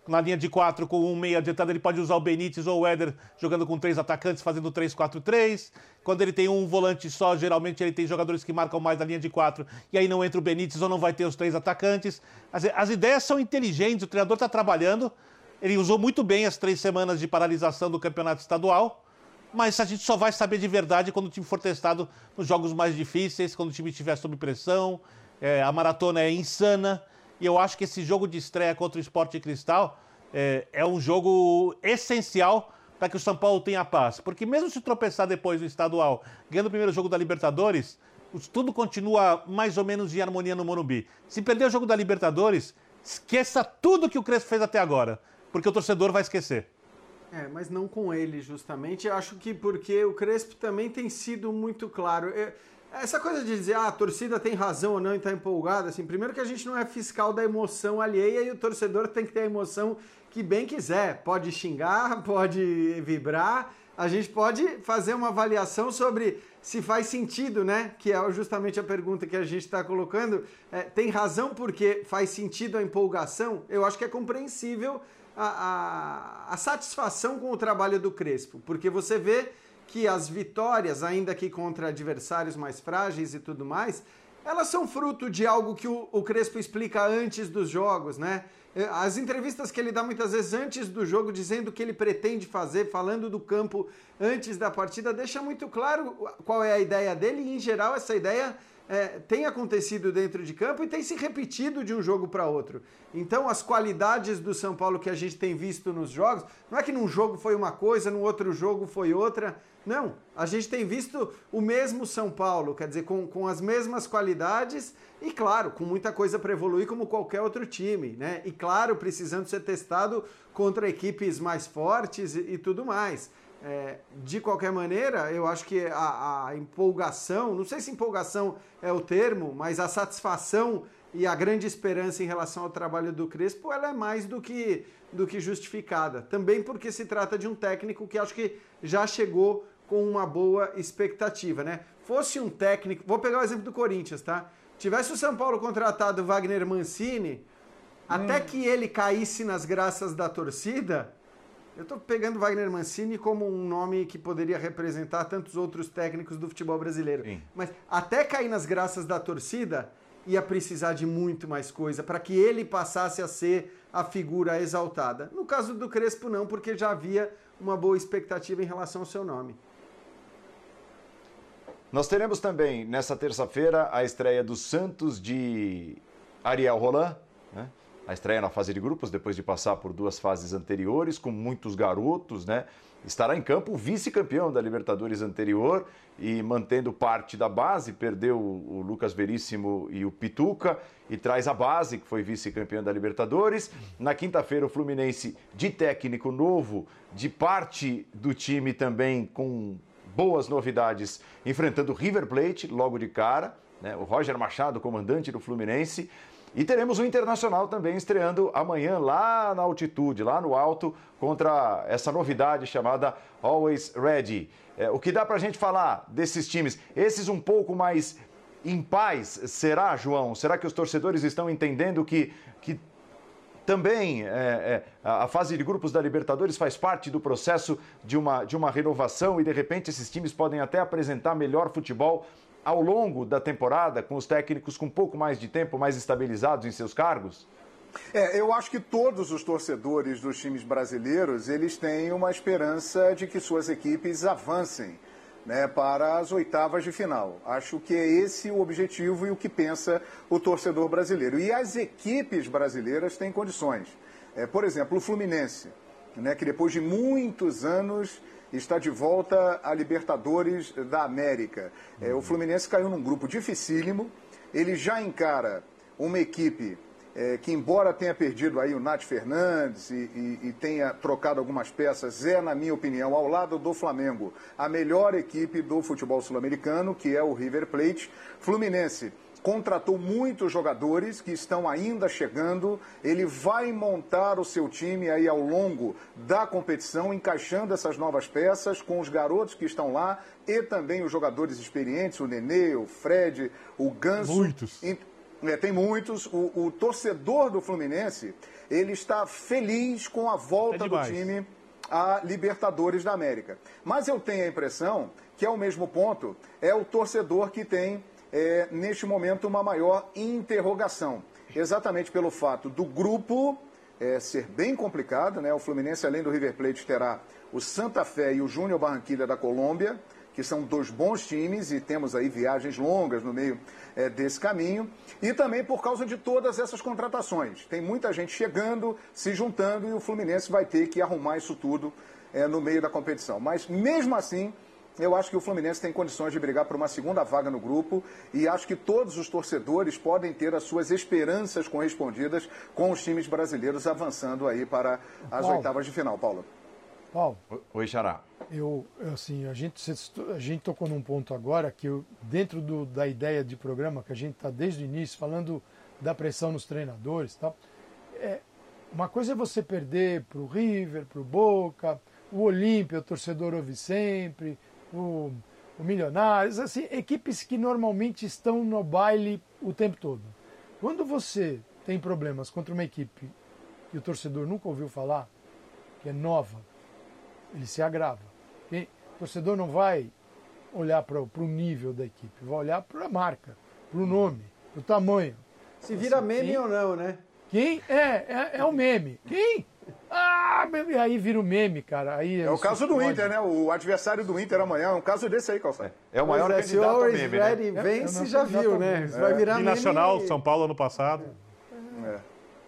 na linha de quatro com um meia adiantado, ele pode usar o Benítez ou o Éder jogando com três atacantes, fazendo três quatro três. Quando ele tem um volante só, geralmente ele tem jogadores que marcam mais na linha de quatro, e aí não entra o Benítez ou não vai ter os três atacantes. As, as ideias são inteligentes, o treinador está trabalhando, ele usou muito bem as três semanas de paralisação do campeonato estadual, mas a gente só vai saber de verdade quando o time for testado nos jogos mais difíceis, quando o time estiver sob pressão. É, a maratona é insana. E eu acho que esse jogo de estreia contra o Sport Cristal é, é um jogo essencial para que o São Paulo tenha paz. Porque mesmo se tropeçar depois do estadual, ganhando o primeiro jogo da Libertadores, tudo continua mais ou menos em harmonia no Morumbi. Se perder o jogo da Libertadores, esqueça tudo que o Crespo fez até agora, porque o torcedor vai esquecer. É, mas não com ele, justamente. Eu acho que porque o Crespo também tem sido muito claro. Eu... Essa coisa de dizer, ah, a torcida tem razão ou não e tá empolgada, assim, primeiro que a gente não é fiscal da emoção alheia e o torcedor tem que ter a emoção que bem quiser. Pode xingar, pode vibrar, a gente pode fazer uma avaliação sobre se faz sentido, né? Que é justamente a pergunta que a gente está colocando. É, tem razão porque faz sentido a empolgação? Eu acho que é compreensível a, a, a satisfação com o trabalho do Crespo, porque você vê que as vitórias, ainda que contra adversários mais frágeis e tudo mais, elas são fruto de algo que o, o Crespo explica antes dos jogos, né? As entrevistas que ele dá muitas vezes antes do jogo, dizendo o que ele pretende fazer, falando do campo antes da partida, deixa muito claro qual é a ideia dele e, em geral, essa ideia é, tem acontecido dentro de campo e tem se repetido de um jogo para outro. Então, as qualidades do São Paulo que a gente tem visto nos jogos, não é que num jogo foi uma coisa, no outro jogo foi outra. Não, a gente tem visto o mesmo São Paulo, quer dizer, com, com as mesmas qualidades e, claro, com muita coisa para evoluir como qualquer outro time, né? E, claro, precisando ser testado contra equipes mais fortes e, e tudo mais. É, de qualquer maneira, eu acho que a, a empolgação, não sei se empolgação é o termo, mas a satisfação e a grande esperança em relação ao trabalho do Crespo, ela é mais do que, do que justificada. Também porque se trata de um técnico que acho que já chegou com uma boa expectativa, né? Fosse um técnico... Vou pegar o exemplo do Corinthians, tá? Tivesse o São Paulo contratado o Wagner Mancini, hum. até que ele caísse nas graças da torcida... Eu tô pegando o Wagner Mancini como um nome que poderia representar tantos outros técnicos do futebol brasileiro. Sim. Mas até cair nas graças da torcida, ia precisar de muito mais coisa para que ele passasse a ser a figura exaltada. No caso do Crespo, não, porque já havia uma boa expectativa em relação ao seu nome. Nós teremos também, nessa terça-feira, a estreia do Santos de Ariel Roland, né? A estreia na fase de grupos, depois de passar por duas fases anteriores, com muitos garotos, né? Estará em campo o vice-campeão da Libertadores anterior e mantendo parte da base, perdeu o Lucas Veríssimo e o Pituca e traz a base, que foi vice-campeão da Libertadores. Na quinta-feira, o Fluminense de técnico novo, de parte do time também com boas novidades, enfrentando o River Plate logo de cara, né? O Roger Machado, comandante do Fluminense. E teremos o Internacional também estreando amanhã lá na altitude, lá no alto, contra essa novidade chamada Always Ready. É, o que dá para a gente falar desses times? Esses um pouco mais em paz, será, João? Será que os torcedores estão entendendo que, que também é, é, a fase de grupos da Libertadores faz parte do processo de uma, de uma renovação e, de repente, esses times podem até apresentar melhor futebol ao longo da temporada, com os técnicos com um pouco mais de tempo, mais estabilizados em seus cargos? É, eu acho que todos os torcedores dos times brasileiros, eles têm uma esperança de que suas equipes avancem, né, para as oitavas de final. Acho que é esse o objetivo e o que pensa o torcedor brasileiro. E as equipes brasileiras têm condições. É, por exemplo, o Fluminense, né, que depois de muitos anos está de volta à Libertadores da América. É, o Fluminense caiu num grupo dificílimo, ele já encara uma equipe é, que, embora tenha perdido aí o Nath Fernandes e, e, e tenha trocado algumas peças, é, na minha opinião, ao lado do Flamengo, a melhor equipe do futebol sul-americano, que é o River Plate. Fluminense contratou muitos jogadores que estão ainda chegando, ele vai montar o seu time aí ao longo da competição, encaixando essas novas peças com os garotos que estão lá e também os jogadores experientes, o Nenê, o Fred, o Ganso. Muitos. É, tem muitos. O, o torcedor do Fluminense, ele está feliz com a volta é do time à Libertadores da América. Mas eu tenho a impressão que, ao mesmo ponto, é o torcedor que tem, é, neste momento, uma maior interrogação. Exatamente pelo fato do grupo é, ser bem complicado, né? O Fluminense, além do River Plate, terá o Santa Fé e o Júnior Barranquilla da Colômbia, que são dois bons times, e temos aí viagens longas no meio é, desse caminho, e também por causa de todas essas contratações. Tem muita gente chegando, se juntando, e o Fluminense vai ter que arrumar isso tudo é, no meio da competição. Mas, mesmo assim, eu acho que o Fluminense tem condições de brigar por uma segunda vaga no grupo, e acho que todos os torcedores podem ter as suas esperanças correspondidas com os times brasileiros avançando aí para as Paulo. oitavas de final, Paulo. Paulo. Oi, Xará. Eu, assim, a gente, a gente tocou num ponto agora que eu, dentro do, da ideia de programa que a gente está desde o início falando da pressão nos treinadores e tal, é, uma coisa é você perder para o River, para o Boca, o Olímpia, o torcedor ouve sempre, o, o Milionários, assim, equipes que normalmente estão no baile o tempo todo. Quando você tem problemas contra uma equipe que o torcedor nunca ouviu falar, que é nova, ele se agrava. E o torcedor não vai olhar para o nível da equipe, vai olhar para a marca, para o nome, para o tamanho. Se vira assim, meme quem, ou não, né? Quem? É, é, é o meme. Quem? Ah, aí vira o meme, cara. Aí É o caso do pode. Inter, né? O adversário do Inter amanhã é um caso desse aí, Calçado. É o maior Pois é, se o candidato a Always meme, Ready né? vence, É, já é, viu, né? Isso vai virar E meme. Nacional, São Paulo, ano passado. É.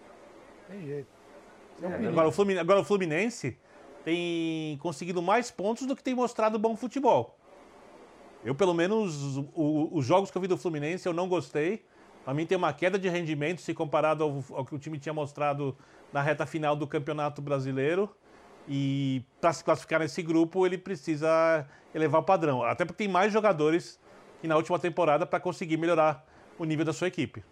Tem jeito. É um É, perigo. agora, o Fluminense, agora o Fluminense tem conseguido mais pontos do que tem mostrado bom futebol. Eu, pelo menos, o, os jogos que eu vi do Fluminense, eu não gostei. Para mim tem uma queda de rendimento se comparado ao, ao que o time tinha mostrado na reta final do Campeonato Brasileiro. E para se classificar nesse grupo, ele precisa elevar o padrão. Até porque tem mais jogadores que na última temporada para conseguir melhorar o nível da sua equipe.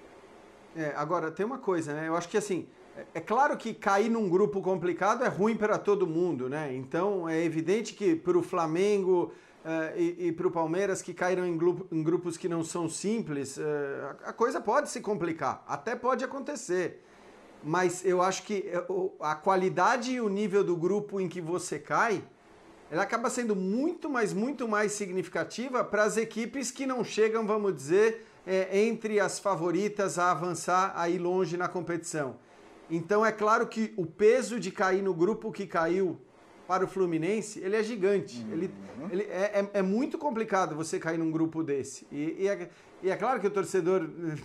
É, agora, tem uma coisa, né? Eu acho que, assim, é, é claro que cair num grupo complicado é ruim para todo mundo, né? Então, é evidente que para o Flamengo uh, e, e para o Palmeiras, que caíram em, grupo, em grupos que não são simples, uh, a, a coisa pode se complicar. Até pode acontecer. Mas eu acho que a qualidade e o nível do grupo em que você cai, ela acaba sendo muito, mas muito mais significativa para as equipes que não chegam, vamos dizer, é, entre as favoritas a avançar aí longe na competição. Então é claro que o peso de cair no grupo que caiu para o Fluminense, ele é gigante. Uhum. Ele, ele é, é, é muito complicado você cair num grupo desse. E, e, é, e é claro que o torcedor...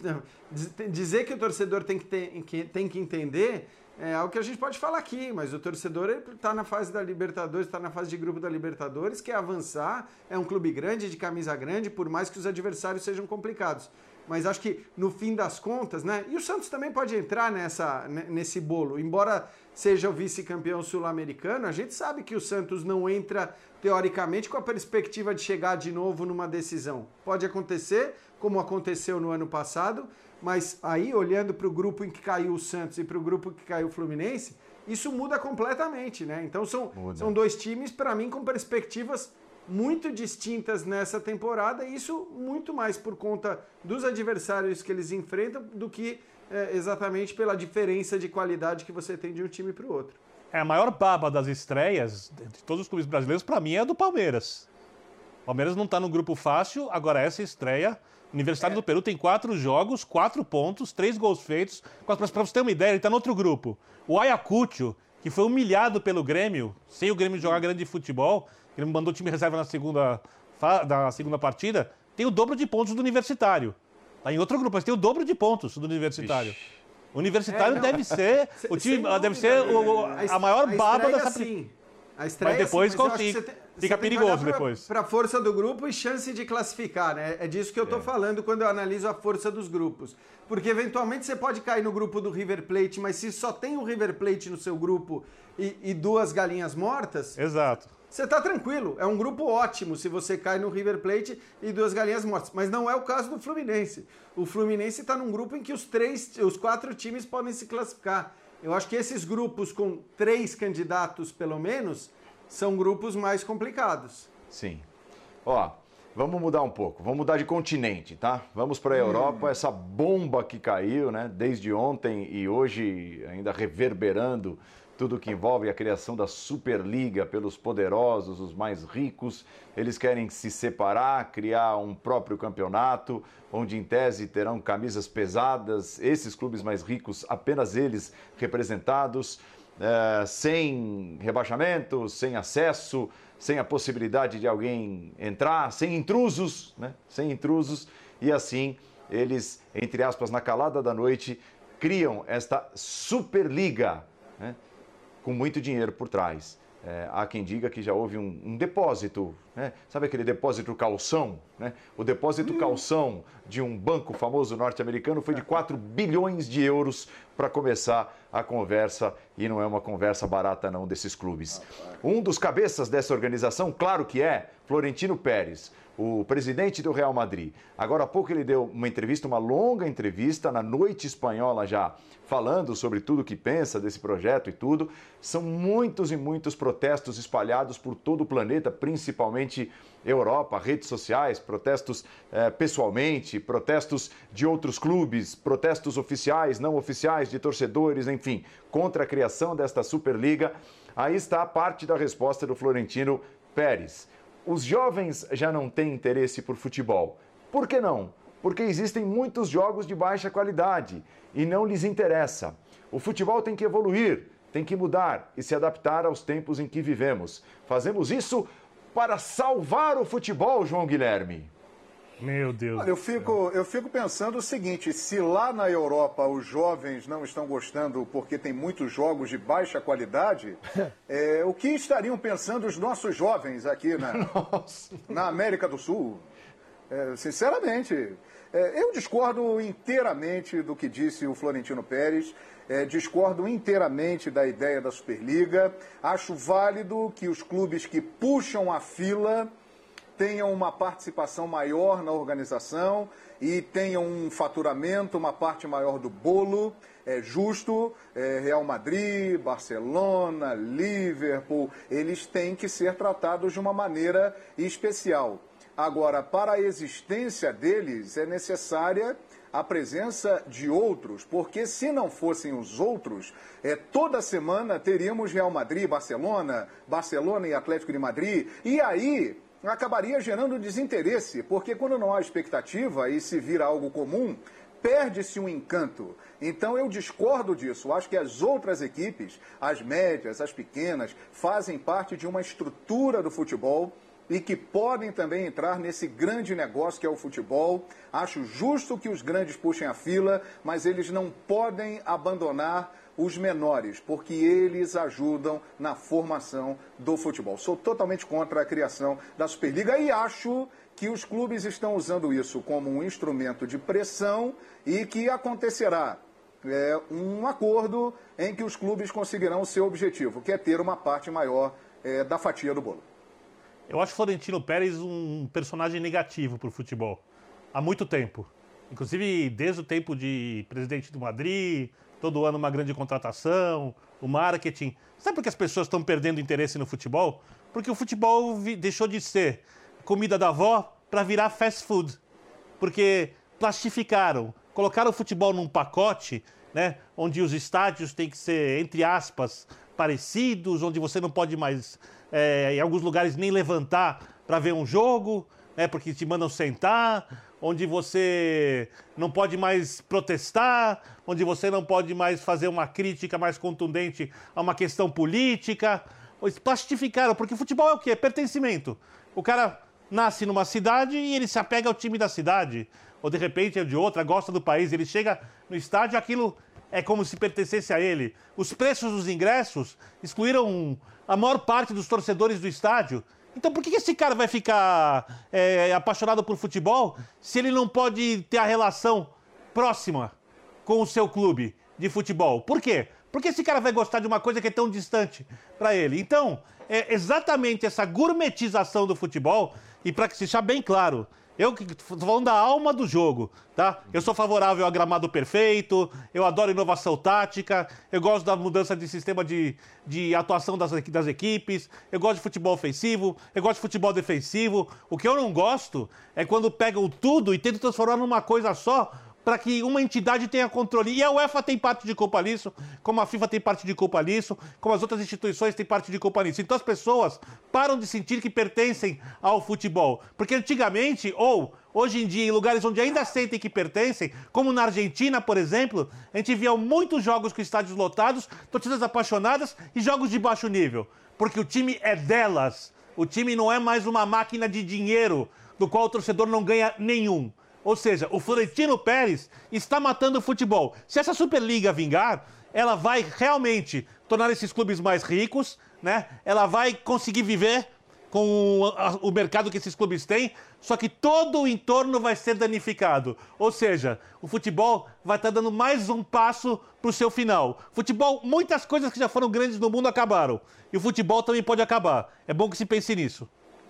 Dizer que o torcedor tem que, ter, que, tem que entender é algo que a gente pode falar aqui, mas o torcedor está na fase da Libertadores, está na fase de grupo da Libertadores, quer avançar, é um clube grande, de camisa grande, por mais que os adversários sejam complicados. Mas acho que, no fim das contas, né? E o Santos também pode entrar nessa, nesse bolo. Embora seja o vice-campeão sul-americano, a gente sabe que o Santos não entra, teoricamente, com a perspectiva de chegar de novo numa decisão. Pode acontecer, como aconteceu no ano passado, mas aí, olhando para o grupo em que caiu o Santos e para o grupo em que caiu o Fluminense, isso muda completamente, né? Então são, são dois times, para mim, com perspectivas muito distintas nessa temporada, e isso muito mais por conta dos adversários que eles enfrentam do que é, exatamente pela diferença de qualidade que você tem de um time para o outro. É, a maior baba das estreias de todos os clubes brasileiros, para mim, é a do Palmeiras. O Palmeiras não está no grupo fácil, agora essa estreia. O Universitário é. do Peru tem quatro jogos, quatro pontos, três gols feitos. Para você ter uma ideia, ele está no outro grupo. O Ayacucho, que foi humilhado pelo Grêmio, sem o Grêmio jogar grande futebol, ele mandou o time reserva na segunda, da segunda partida, tem o dobro de pontos do Universitário. Está em outro grupo, mas tem o dobro de pontos do Universitário. Ixi. O Universitário é, deve ser o time, deve ser o, a maior a baba dessa sim. A estreia, mas depois sim, mas consegue. Tem, fica perigoso pra, depois. Para a força do grupo e chance de classificar, né? É disso que eu estou é. falando quando eu analiso a força dos grupos. Porque eventualmente você pode cair no grupo do River Plate, mas se só tem o River Plate no seu grupo e, e duas galinhas mortas... Exato. Você tá tranquilo, é um grupo ótimo se você cai no River Plate e duas galinhas mortas, mas não é o caso do Fluminense. O Fluminense está num grupo em que os três, os quatro times podem se classificar. Eu acho que esses grupos com três candidatos, pelo menos, são grupos mais complicados. Sim. Ó, Vamos mudar um pouco, vamos mudar de continente, tá? Vamos para a Europa, hum. essa bomba que caiu, né? Desde ontem e hoje ainda reverberando tudo que envolve a criação da Superliga pelos poderosos, os mais ricos. Eles querem se separar, criar um próprio campeonato, onde em tese terão camisas pesadas, esses clubes mais ricos, apenas eles representados, é, sem rebaixamento, sem acesso, sem a possibilidade de alguém entrar, sem intrusos, né? Sem intrusos. E assim, eles, entre aspas, na calada da noite, criam esta Superliga, né? Com muito dinheiro por trás. É, há quem diga que já houve um, um depósito, né? Sabe aquele depósito calção? Né? O depósito hum. calção de um banco famoso norte-americano foi de quatro bilhões de euros para começar a conversa, e não é uma conversa barata não desses clubes. Um dos cabeças dessa organização, claro que é, Florentino Pérez, o presidente do Real Madrid. Agora há pouco ele deu uma entrevista, uma longa entrevista na Noite Espanhola já, falando sobre tudo o que pensa desse projeto e tudo. São muitos e muitos protestos espalhados por todo o planeta, principalmente Europa, redes sociais, protestos eh, pessoalmente, protestos de outros clubes, protestos oficiais, não oficiais, de torcedores, enfim, contra a criação desta Superliga. Aí está a parte da resposta do Florentino Pérez. Os jovens já não têm interesse por futebol. Por que não? Porque existem muitos jogos de baixa qualidade e não lhes interessa. O futebol tem que evoluir, tem que mudar e se adaptar aos tempos em que vivemos. Fazemos isso para salvar o futebol, João Guilherme. Meu Deus. Olha, eu fico, eu fico pensando o seguinte, se lá na Europa os jovens não estão gostando porque tem muitos jogos de baixa qualidade, é, o que estariam pensando os nossos jovens aqui na, na América do Sul? É, sinceramente, é, eu discordo inteiramente do que disse o Florentino Pérez, é, discordo inteiramente da ideia da Superliga, acho válido que os clubes que puxam a fila tenham uma participação maior na organização e tenham um faturamento, uma parte maior do bolo, é justo. É, Real Madrid, Barcelona, Liverpool, eles têm que ser tratados de uma maneira especial. Agora, para a existência deles é necessária a presença de outros, porque se não fossem os outros, é, toda semana teríamos Real Madrid, Barcelona, Barcelona e Atlético de Madrid, e aí acabaria gerando desinteresse, porque quando não há expectativa e se vira algo comum, perde-se um encanto. Então eu discordo disso. Acho que as outras equipes, as médias, as pequenas, fazem parte de uma estrutura do futebol e que podem também entrar nesse grande negócio que é o futebol. Acho justo que os grandes puxem a fila, mas eles não podem abandonar os menores, porque eles ajudam na formação do futebol. Sou totalmente contra a criação da Superliga e acho que os clubes estão usando isso como um instrumento de pressão e que acontecerá é, um acordo em que os clubes conseguirão o seu objetivo, que é ter uma parte maior é, da fatia do bolo. Eu acho Florentino Pérez um personagem negativo para o futebol, há muito tempo. Inclusive desde o tempo de presidente do Madrid, todo ano uma grande contratação, o marketing. Sabe por que as pessoas estão perdendo interesse no futebol? Porque o futebol deixou de ser comida da avó para virar fast food. Porque plastificaram, colocaram o futebol num pacote, né, onde os estádios têm que ser, entre aspas, parecidos, onde você não pode mais, é, em alguns lugares, nem levantar para ver um jogo, né, porque te mandam sentar, onde você não pode mais protestar, onde você não pode mais fazer uma crítica mais contundente a uma questão política. Eles plastificaram, porque futebol é o quê? Pertencimento. O cara nasce numa cidade e ele se apega ao time da cidade. Ou de repente é de outra, gosta do país, ele chega no estádio, aquilo é como se pertencesse a ele. Os preços dos ingressos excluíram a maior parte dos torcedores do estádio. Então por que esse cara vai ficar é, apaixonado por futebol se ele não pode ter a relação próxima com o seu clube de futebol? Por quê? Porque esse cara vai gostar de uma coisa que é tão distante para ele. Então, é exatamente essa gourmetização do futebol, e para que seja bem claro, Eu tô falando da alma do jogo, tá? Eu sou favorável a gramado perfeito, eu adoro inovação tática, eu gosto da mudança de sistema de, de atuação das, das equipes, eu gosto de futebol ofensivo, eu gosto de futebol defensivo. O que eu não gosto é quando pegam tudo e tentam transformar numa coisa só para que uma entidade tenha controle. E a UEFA tem parte de culpa nisso, como a FIFA tem parte de culpa nisso, como as outras instituições têm parte de culpa nisso. Então as pessoas param de sentir que pertencem ao futebol. Porque antigamente, ou hoje em dia, em lugares onde ainda sentem que pertencem, como na Argentina, por exemplo, a gente via muitos jogos com estádios lotados, torcidas apaixonadas e jogos de baixo nível. Porque o time é delas. O time não é mais uma máquina de dinheiro, do qual o torcedor não ganha nenhum. Ou seja, o Florentino Pérez está matando o futebol. Se essa Superliga vingar, ela vai realmente tornar esses clubes mais ricos, né? Ela vai conseguir viver com o mercado que esses clubes têm, só que todo o entorno vai ser danificado. Ou seja, o futebol vai estar dando mais um passo para o seu final. Futebol, muitas coisas que já foram grandes no mundo acabaram. E o futebol também pode acabar. É bom que se pense nisso.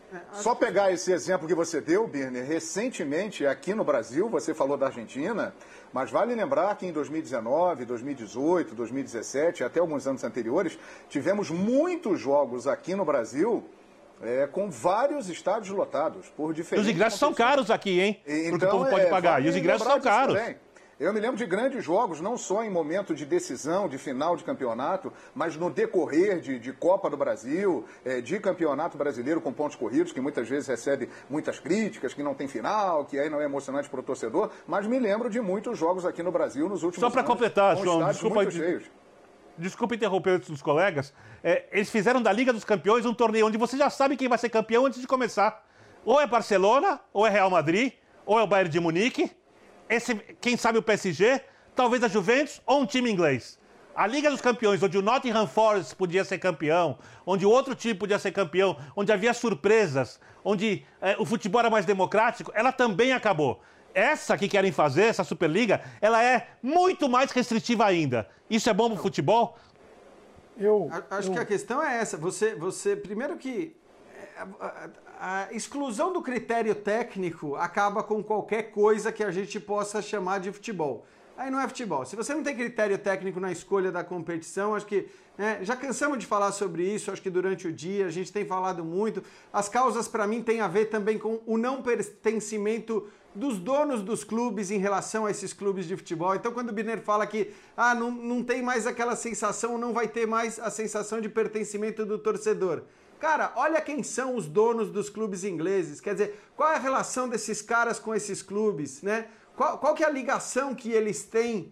Só pegar esse exemplo que você deu, Birner, recentemente aqui no Brasil, você falou da Argentina, mas vale lembrar que em dois mil e dezenove, dois mil e dezoito, dois mil e dezessete, até alguns anos anteriores, tivemos muitos jogos aqui no Brasil é, com vários estádios lotados, por diferentes... Os ingressos são caros aqui, hein? Então, porque o povo pode é, pagar. vale E os ingressos são caros. Também. Eu me lembro de grandes jogos, não só em momento de decisão, de final de campeonato, mas no decorrer de, de Copa do Brasil, é, de campeonato brasileiro com pontos corridos, que muitas vezes recebe muitas críticas, que não tem final, que aí não é emocionante para o torcedor, mas me lembro de muitos jogos aqui no Brasil nos últimos anos. Só para completar, João, desculpa, cheios. desculpa interromper os colegas, é, eles fizeram da Liga dos Campeões um torneio onde você já sabe quem vai ser campeão antes de começar. Ou é Barcelona, ou é Real Madrid, ou é o Bayern de Munique. Esse, quem sabe o P S G, talvez a Juventus ou um time inglês. A Liga dos Campeões, onde o Nottingham Forest podia ser campeão, onde o outro time podia ser campeão, onde havia surpresas, onde é, o futebol era mais democrático, ela também acabou. Essa que querem fazer, essa Superliga, ela é muito mais restritiva ainda. Isso é bom para o futebol? Eu, Acho eu... que a questão é essa. Você, você primeiro que... A exclusão do critério técnico acaba com qualquer coisa que a gente possa chamar de futebol. Aí não é futebol. Se você não tem critério técnico na escolha da competição, acho que... Né, já cansamos de falar sobre isso, acho que durante o dia a gente tem falado muito. As causas, para mim, têm a ver também com o não pertencimento dos donos dos clubes em relação a esses clubes de futebol. Então, quando o Birner fala que ah, não, não tem mais aquela sensação, não vai ter mais a sensação de pertencimento do torcedor. Cara, olha quem são os donos dos clubes ingleses. Quer dizer, qual é a relação desses caras com esses clubes, né? Qual, qual que é a ligação que eles têm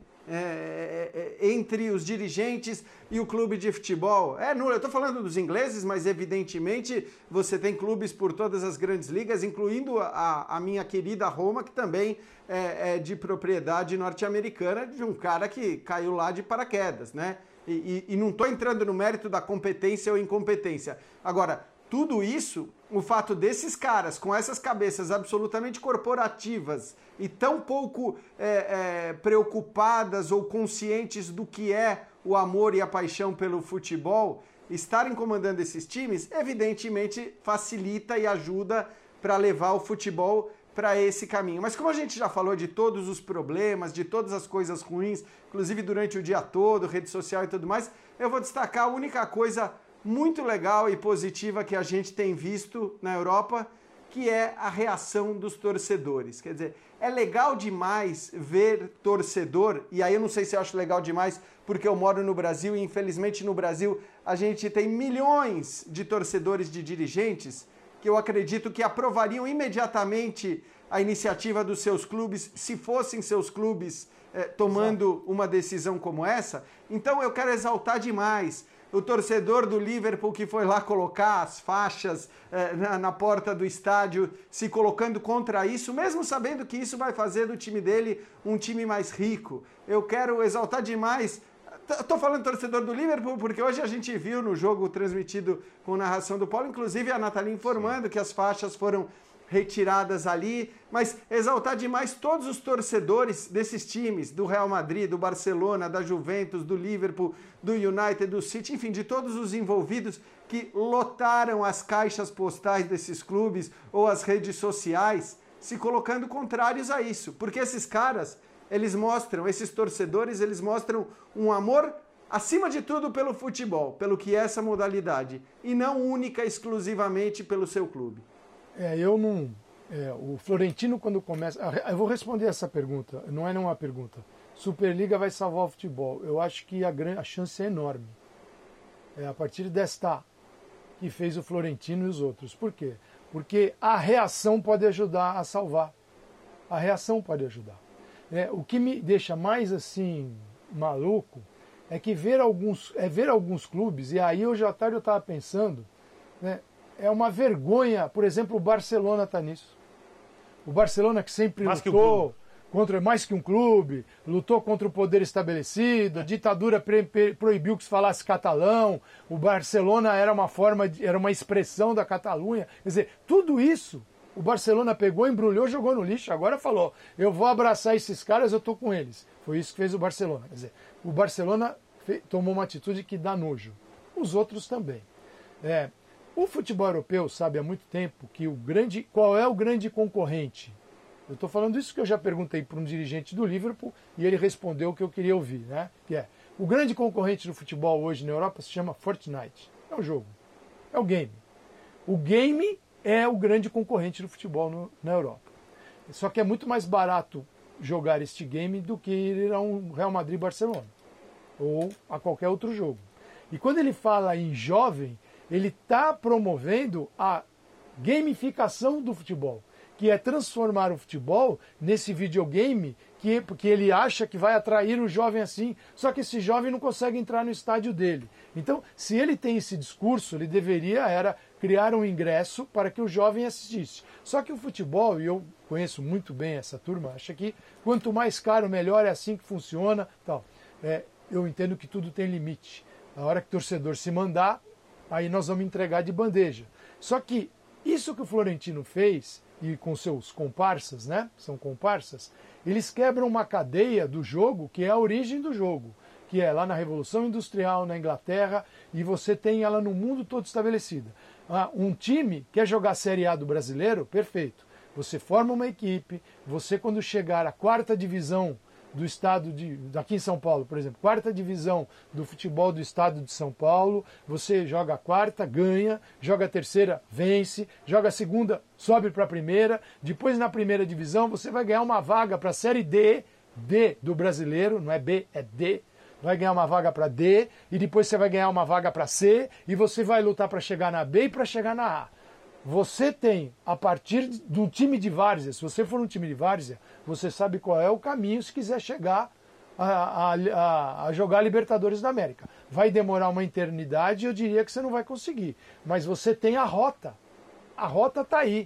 é, é, entre os dirigentes e o clube de futebol? É nula. Eu estou falando dos ingleses, mas evidentemente você tem clubes por todas as grandes ligas, incluindo a, a minha querida Roma, que também é, é de propriedade norte-americana de um cara que caiu lá de paraquedas, né? E, e, e não estou entrando no mérito da competência ou incompetência. Agora, tudo isso, o fato desses caras com essas cabeças absolutamente corporativas e tão pouco é, é, preocupadas ou conscientes do que é o amor e a paixão pelo futebol, estarem comandando esses times, evidentemente facilita e ajuda para levar o futebol para esse caminho. Mas como a gente já falou de todos os problemas, de todas as coisas ruins, inclusive durante o dia todo, rede social e tudo mais, eu vou destacar a única coisa muito legal e positiva que a gente tem visto na Europa, que é a reação dos torcedores. Quer dizer, é legal demais ver torcedor, e aí eu não sei se eu acho legal demais porque eu moro no Brasil e infelizmente no Brasil a gente tem milhões de torcedores de dirigentes que eu acredito que aprovariam imediatamente a iniciativa dos seus clubes, se fossem seus clubes eh, tomando Exato. Uma decisão como essa. Então eu quero exaltar demais o torcedor do Liverpool que foi lá colocar as faixas eh, na, na porta do estádio, se colocando contra isso, mesmo sabendo que isso vai fazer do time dele um time mais rico. Eu quero exaltar demais. Estou falando torcedor do Liverpool porque hoje a gente viu no jogo transmitido com narração do Paulo, inclusive a Nathalie informando Sim. que as faixas foram retiradas ali, mas exaltar demais todos os torcedores desses times, do Real Madrid, do Barcelona, da Juventus, do Liverpool, do United, do City, enfim, de todos os envolvidos que lotaram as caixas postais desses clubes ou as redes sociais, se colocando contrários a isso. Porque esses caras, eles mostram, esses torcedores, eles mostram um amor, acima de tudo, pelo futebol, pelo que é essa modalidade, e não única, exclusivamente pelo seu clube. É, eu não... É, o Florentino, quando começa... Eu vou responder essa pergunta, não é nenhuma pergunta. Superliga vai salvar o futebol. Eu acho que a, a chance é enorme. É a partir desta que fez o Florentino e os outros. Por quê? Porque a reação pode ajudar a salvar. A reação pode ajudar. É, o que me deixa mais assim maluco é que ver alguns, é ver alguns clubes, e aí hoje à tarde eu estava pensando, né, é uma vergonha, por exemplo, o Barcelona está nisso. O Barcelona que sempre mais lutou que contra, mais que um clube, lutou contra o poder estabelecido, a ditadura pre, pre, proibiu que se falasse catalão, o Barcelona era uma forma, de, era uma expressão da Catalunha. Quer dizer, tudo isso o Barcelona pegou, embrulhou, jogou no lixo, agora falou, eu vou abraçar esses caras, eu estou com eles. Foi isso que fez o Barcelona. Quer dizer, o Barcelona fe, tomou uma atitude que dá nojo. Os outros também. É, o futebol europeu sabe há muito tempo que o grande, qual é o grande concorrente. Eu estou falando isso que eu já perguntei para um dirigente do Liverpool e ele respondeu o que eu queria ouvir, né? Que é, o grande concorrente do futebol hoje na Europa se chama Fortnite. É um jogo, é o game. O game é o grande concorrente do futebol no, na Europa. Só que é muito mais barato jogar este game do que ir a um Real Madrid-Barcelona ou a qualquer outro jogo. E quando ele fala em jovem, ele está promovendo a gamificação do futebol, que é transformar o futebol nesse videogame que, que ele acha que vai atrair o jovem assim, só que esse jovem não consegue entrar no estádio dele. Então, se ele tem esse discurso, ele deveria era criar um ingresso para que o jovem assistisse. Só que o futebol, e eu conheço muito bem essa turma, acha que quanto mais caro, melhor, é assim que funciona. Tal. É, eu entendo que tudo tem limite. A hora que o torcedor se mandar, aí nós vamos entregar de bandeja. Só que isso que o Florentino fez, e com seus comparsas, né? São comparsas, eles quebram uma cadeia do jogo que é a origem do jogo, que é lá na Revolução Industrial, na Inglaterra, e você tem ela no mundo todo estabelecida. Ah, um time quer jogar a Série A do brasileiro? Perfeito. Você forma uma equipe, você quando chegar à quarta divisão do estado de, daqui em São Paulo, por exemplo, quarta divisão do futebol do estado de São Paulo, você joga a quarta, ganha, joga a terceira, vence, joga a segunda, sobe para a primeira, depois na primeira divisão você vai ganhar uma vaga para a Série D, D do brasileiro, não é B, é D, vai ganhar uma vaga para D, e depois você vai ganhar uma vaga para C, e você vai lutar para chegar na B e para chegar na A. Você tem, a partir de um time de várzea, se você for um time de várzea, você sabe qual é o caminho se quiser chegar a, a, a, a jogar Libertadores da América. Vai demorar uma eternidade e eu diria que você não vai conseguir. Mas você tem a rota. A rota está aí.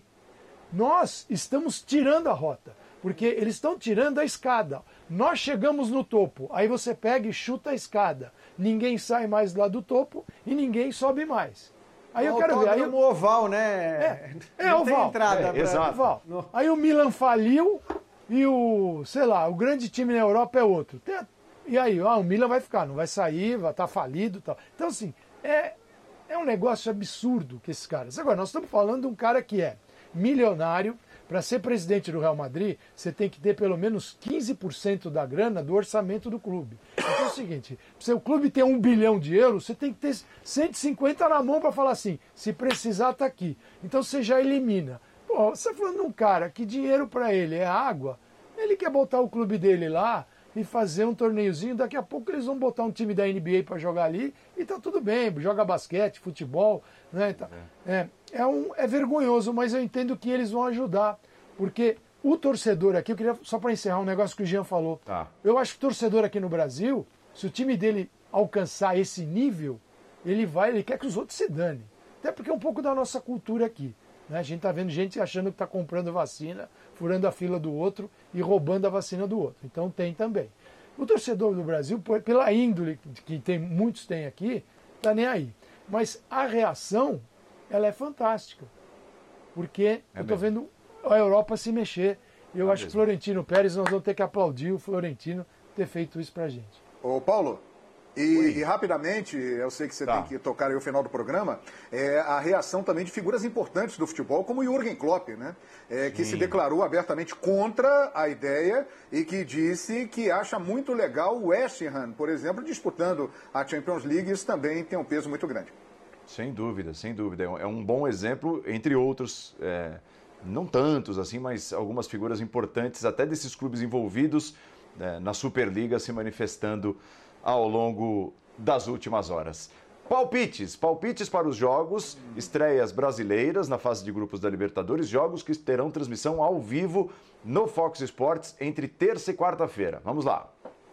Nós estamos tirando a rota, porque eles estão tirando a escada. Nós chegamos no topo, aí você pega e chuta a escada. Ninguém sai mais lá do topo e ninguém sobe mais. Aí eu quero ver. Aí o oval, né? É, é não oval. Tem entrada é, pra... exato. Oval. Aí o Milan faliu e o, sei lá, o grande time na Europa é outro. Tem, e aí, ó, o Milan vai ficar, não vai sair, vai estar falido e tal. Então, assim, é, é um negócio absurdo que esses caras. Agora, nós estamos falando de um cara que é milionário. Para ser presidente do Real Madrid, você tem que ter pelo menos quinze por cento da grana do orçamento do clube. Então é o seguinte, se o clube tem um bilhão de euros, você tem que ter cento e cinquenta na mão para falar assim, se precisar tá aqui. Então você já elimina. Pô, você está falando de um cara que dinheiro para ele é água, ele quer botar o clube dele lá e fazer um torneiozinho, daqui a pouco eles vão botar um time da N B A para jogar ali e tá tudo bem, joga basquete, futebol, né? Então, é, é, um, é vergonhoso, mas eu entendo que eles vão ajudar, porque o torcedor aqui, eu queria só para encerrar um negócio que o Jean falou, tá. Eu acho que o torcedor aqui no Brasil, se o time dele alcançar esse nível, ele vai, ele quer que os outros se danem, até porque é um pouco da nossa cultura aqui. A gente está vendo gente achando que está comprando vacina, furando a fila do outro e roubando a vacina do outro. Então tem também. O torcedor do Brasil, pela índole que tem, muitos têm aqui, está nem aí. Mas a reação, ela é fantástica. Porque é eu estou vendo a Europa se mexer. Eu é acho mesmo. Que Florentino Pérez, nós vamos ter que aplaudir o Florentino ter feito isso para a gente. Ô Paulo, E, e rapidamente, eu sei que você Tá. tem que tocar aí o final do programa, é, a reação também de figuras importantes do futebol, como o Jürgen Klopp, né? É, que se declarou abertamente contra a ideia e que disse que acha muito legal o West Ham, por exemplo, disputando a Champions League. Isso também tem um peso muito grande. Sem dúvida, sem dúvida. É um- É um bom exemplo, entre outros, é, não tantos assim, mas algumas figuras importantes, até desses clubes envolvidos né, na Superliga, se manifestando ao longo das últimas horas. Palpites, palpites para os jogos, estreias brasileiras na fase de grupos da Libertadores, jogos que terão transmissão ao vivo no Fox Sports entre terça e quarta-feira. Vamos lá.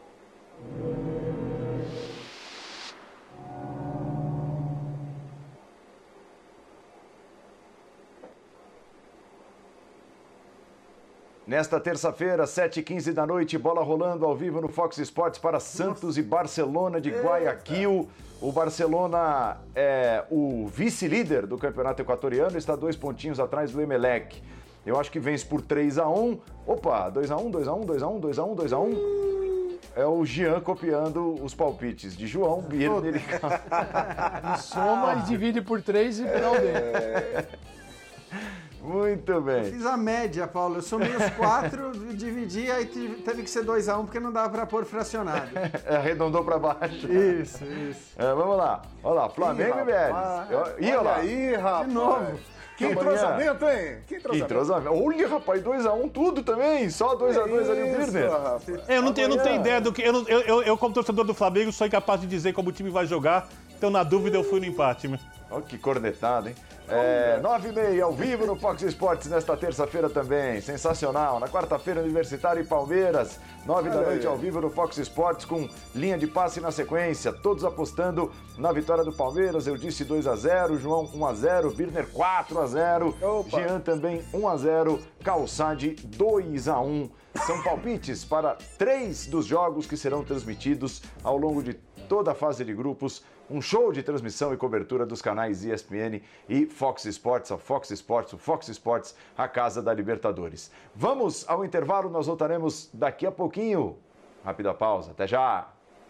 Nesta terça-feira, sete e quinze da noite, bola rolando ao vivo no Fox Sports para Santos e Barcelona de Guayaquil. O Barcelona é o vice-líder do campeonato equatoriano, está dois pontinhos atrás do Emelec. Eu acho que vence por três a um. Opa, dois a um, dois a um, dois a um, dois a um, dois a um. É o Jean copiando os palpites de João, Birner e Soma e divide por três e final dele. Muito bem. Fiz a média, Paulo. Eu somei os quatro, dividi, aí tive- teve que ser dois a um, porque não dava pra pôr fracionado. Arredondou para baixo. Isso, isso. É, vamos lá. Olha lá, Flamengo e Vélez. rapaz, Ih, olha lá. aí, rapaz. De novo. Que Amanhã. entrosamento, hein? Que Que entrosamento. entrosamento. Olha, rapaz, dois a um tudo também. Só dois a dois ali o Isso, Birner. rapaz. É, eu não tenho, eu não tenho Amanhã. ideia do que. Eu, não- eu, eu, eu, como torcedor do Flamengo, sou incapaz de dizer como o time vai jogar. Então, na dúvida, eu fui no empate. Meu. Olha que cornetada, hein? É, nove e meia, ao vivo no Fox Sports nesta terça-feira também. Sensacional. Na quarta-feira, Universitário e Palmeiras. Nove da Olha noite, aí. ao vivo no Fox Sports, com linha de passe na sequência. Todos apostando na vitória do Palmeiras. Eu disse dois a zero, João um a zero, Birner quatro a zero, Opa. Jean também um a zero, Calçade dois a um. São palpites para três dos jogos que serão transmitidos ao longo de toda a fase de grupos. Um show de transmissão e cobertura dos canais E S P N e Fox Sports, a Fox Sports, o Fox Sports, a casa da Libertadores. Vamos ao intervalo, nós voltaremos daqui a pouquinho. Rápida pausa, até já!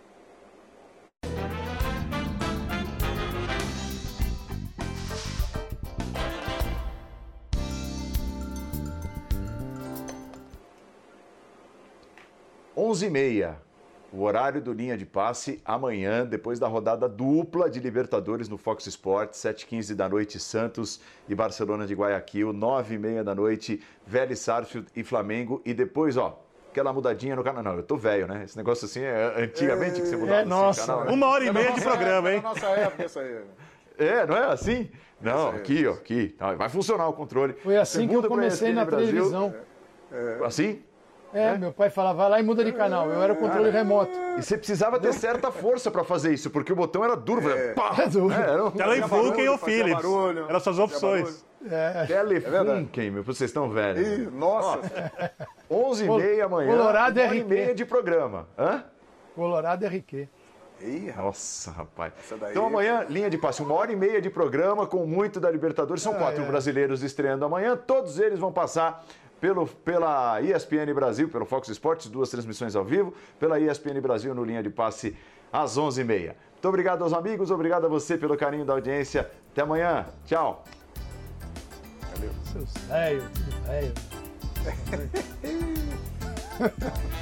onze e meia, o horário do Linha de Passe, amanhã, depois da rodada dupla de Libertadores no Fox Sports, sete e quinze da noite, Santos e Barcelona de Guayaquil, nove e meia da noite, Vélez, Sarsfield e Flamengo, e depois, ó, aquela mudadinha no canal. Não, eu tô velho, né? Esse negócio assim é antigamente que você mudava É, assim, nossa. o canal, né? Uma hora e meia de Nossa programa, época, hein? Na nossa época, isso aí. É, não é assim? Não, aí, aqui, ó, aqui. Não, vai funcionar o controle. Foi assim que eu Segunda pro comecei na E S P N Brasil. televisão. Assim? É, meu pai falava, vai lá e muda de canal. Eu era o controle remoto. E você precisava ter certa força pra fazer isso, porque o botão era duro. É. Pá! É duro. É, era um Tela em Fazia Vulcan ou fazia Philips. barulho, Eram suas fazia opções. É. Telefunken, meu, vocês estão velhos. Ih, nossa. onze e meia amanhã, Colorado uma hora e R Q. meia de programa. Hã? Colorado R Q. Ih, rapaz. Nossa, rapaz. daí- Então amanhã, linha de passe, uma hora e meia de programa com muito da Libertadores. São quatro brasileiros estreando amanhã. Todos eles vão passar pelo, pela E S P N Brasil, pelo Fox Sports, duas transmissões ao vivo, pela E S P N Brasil no linha de passe às onze e meia. Muito obrigado aos amigos, obrigado a você pelo carinho da audiência. Até amanhã. Tchau. Seus velhos, tudo velho.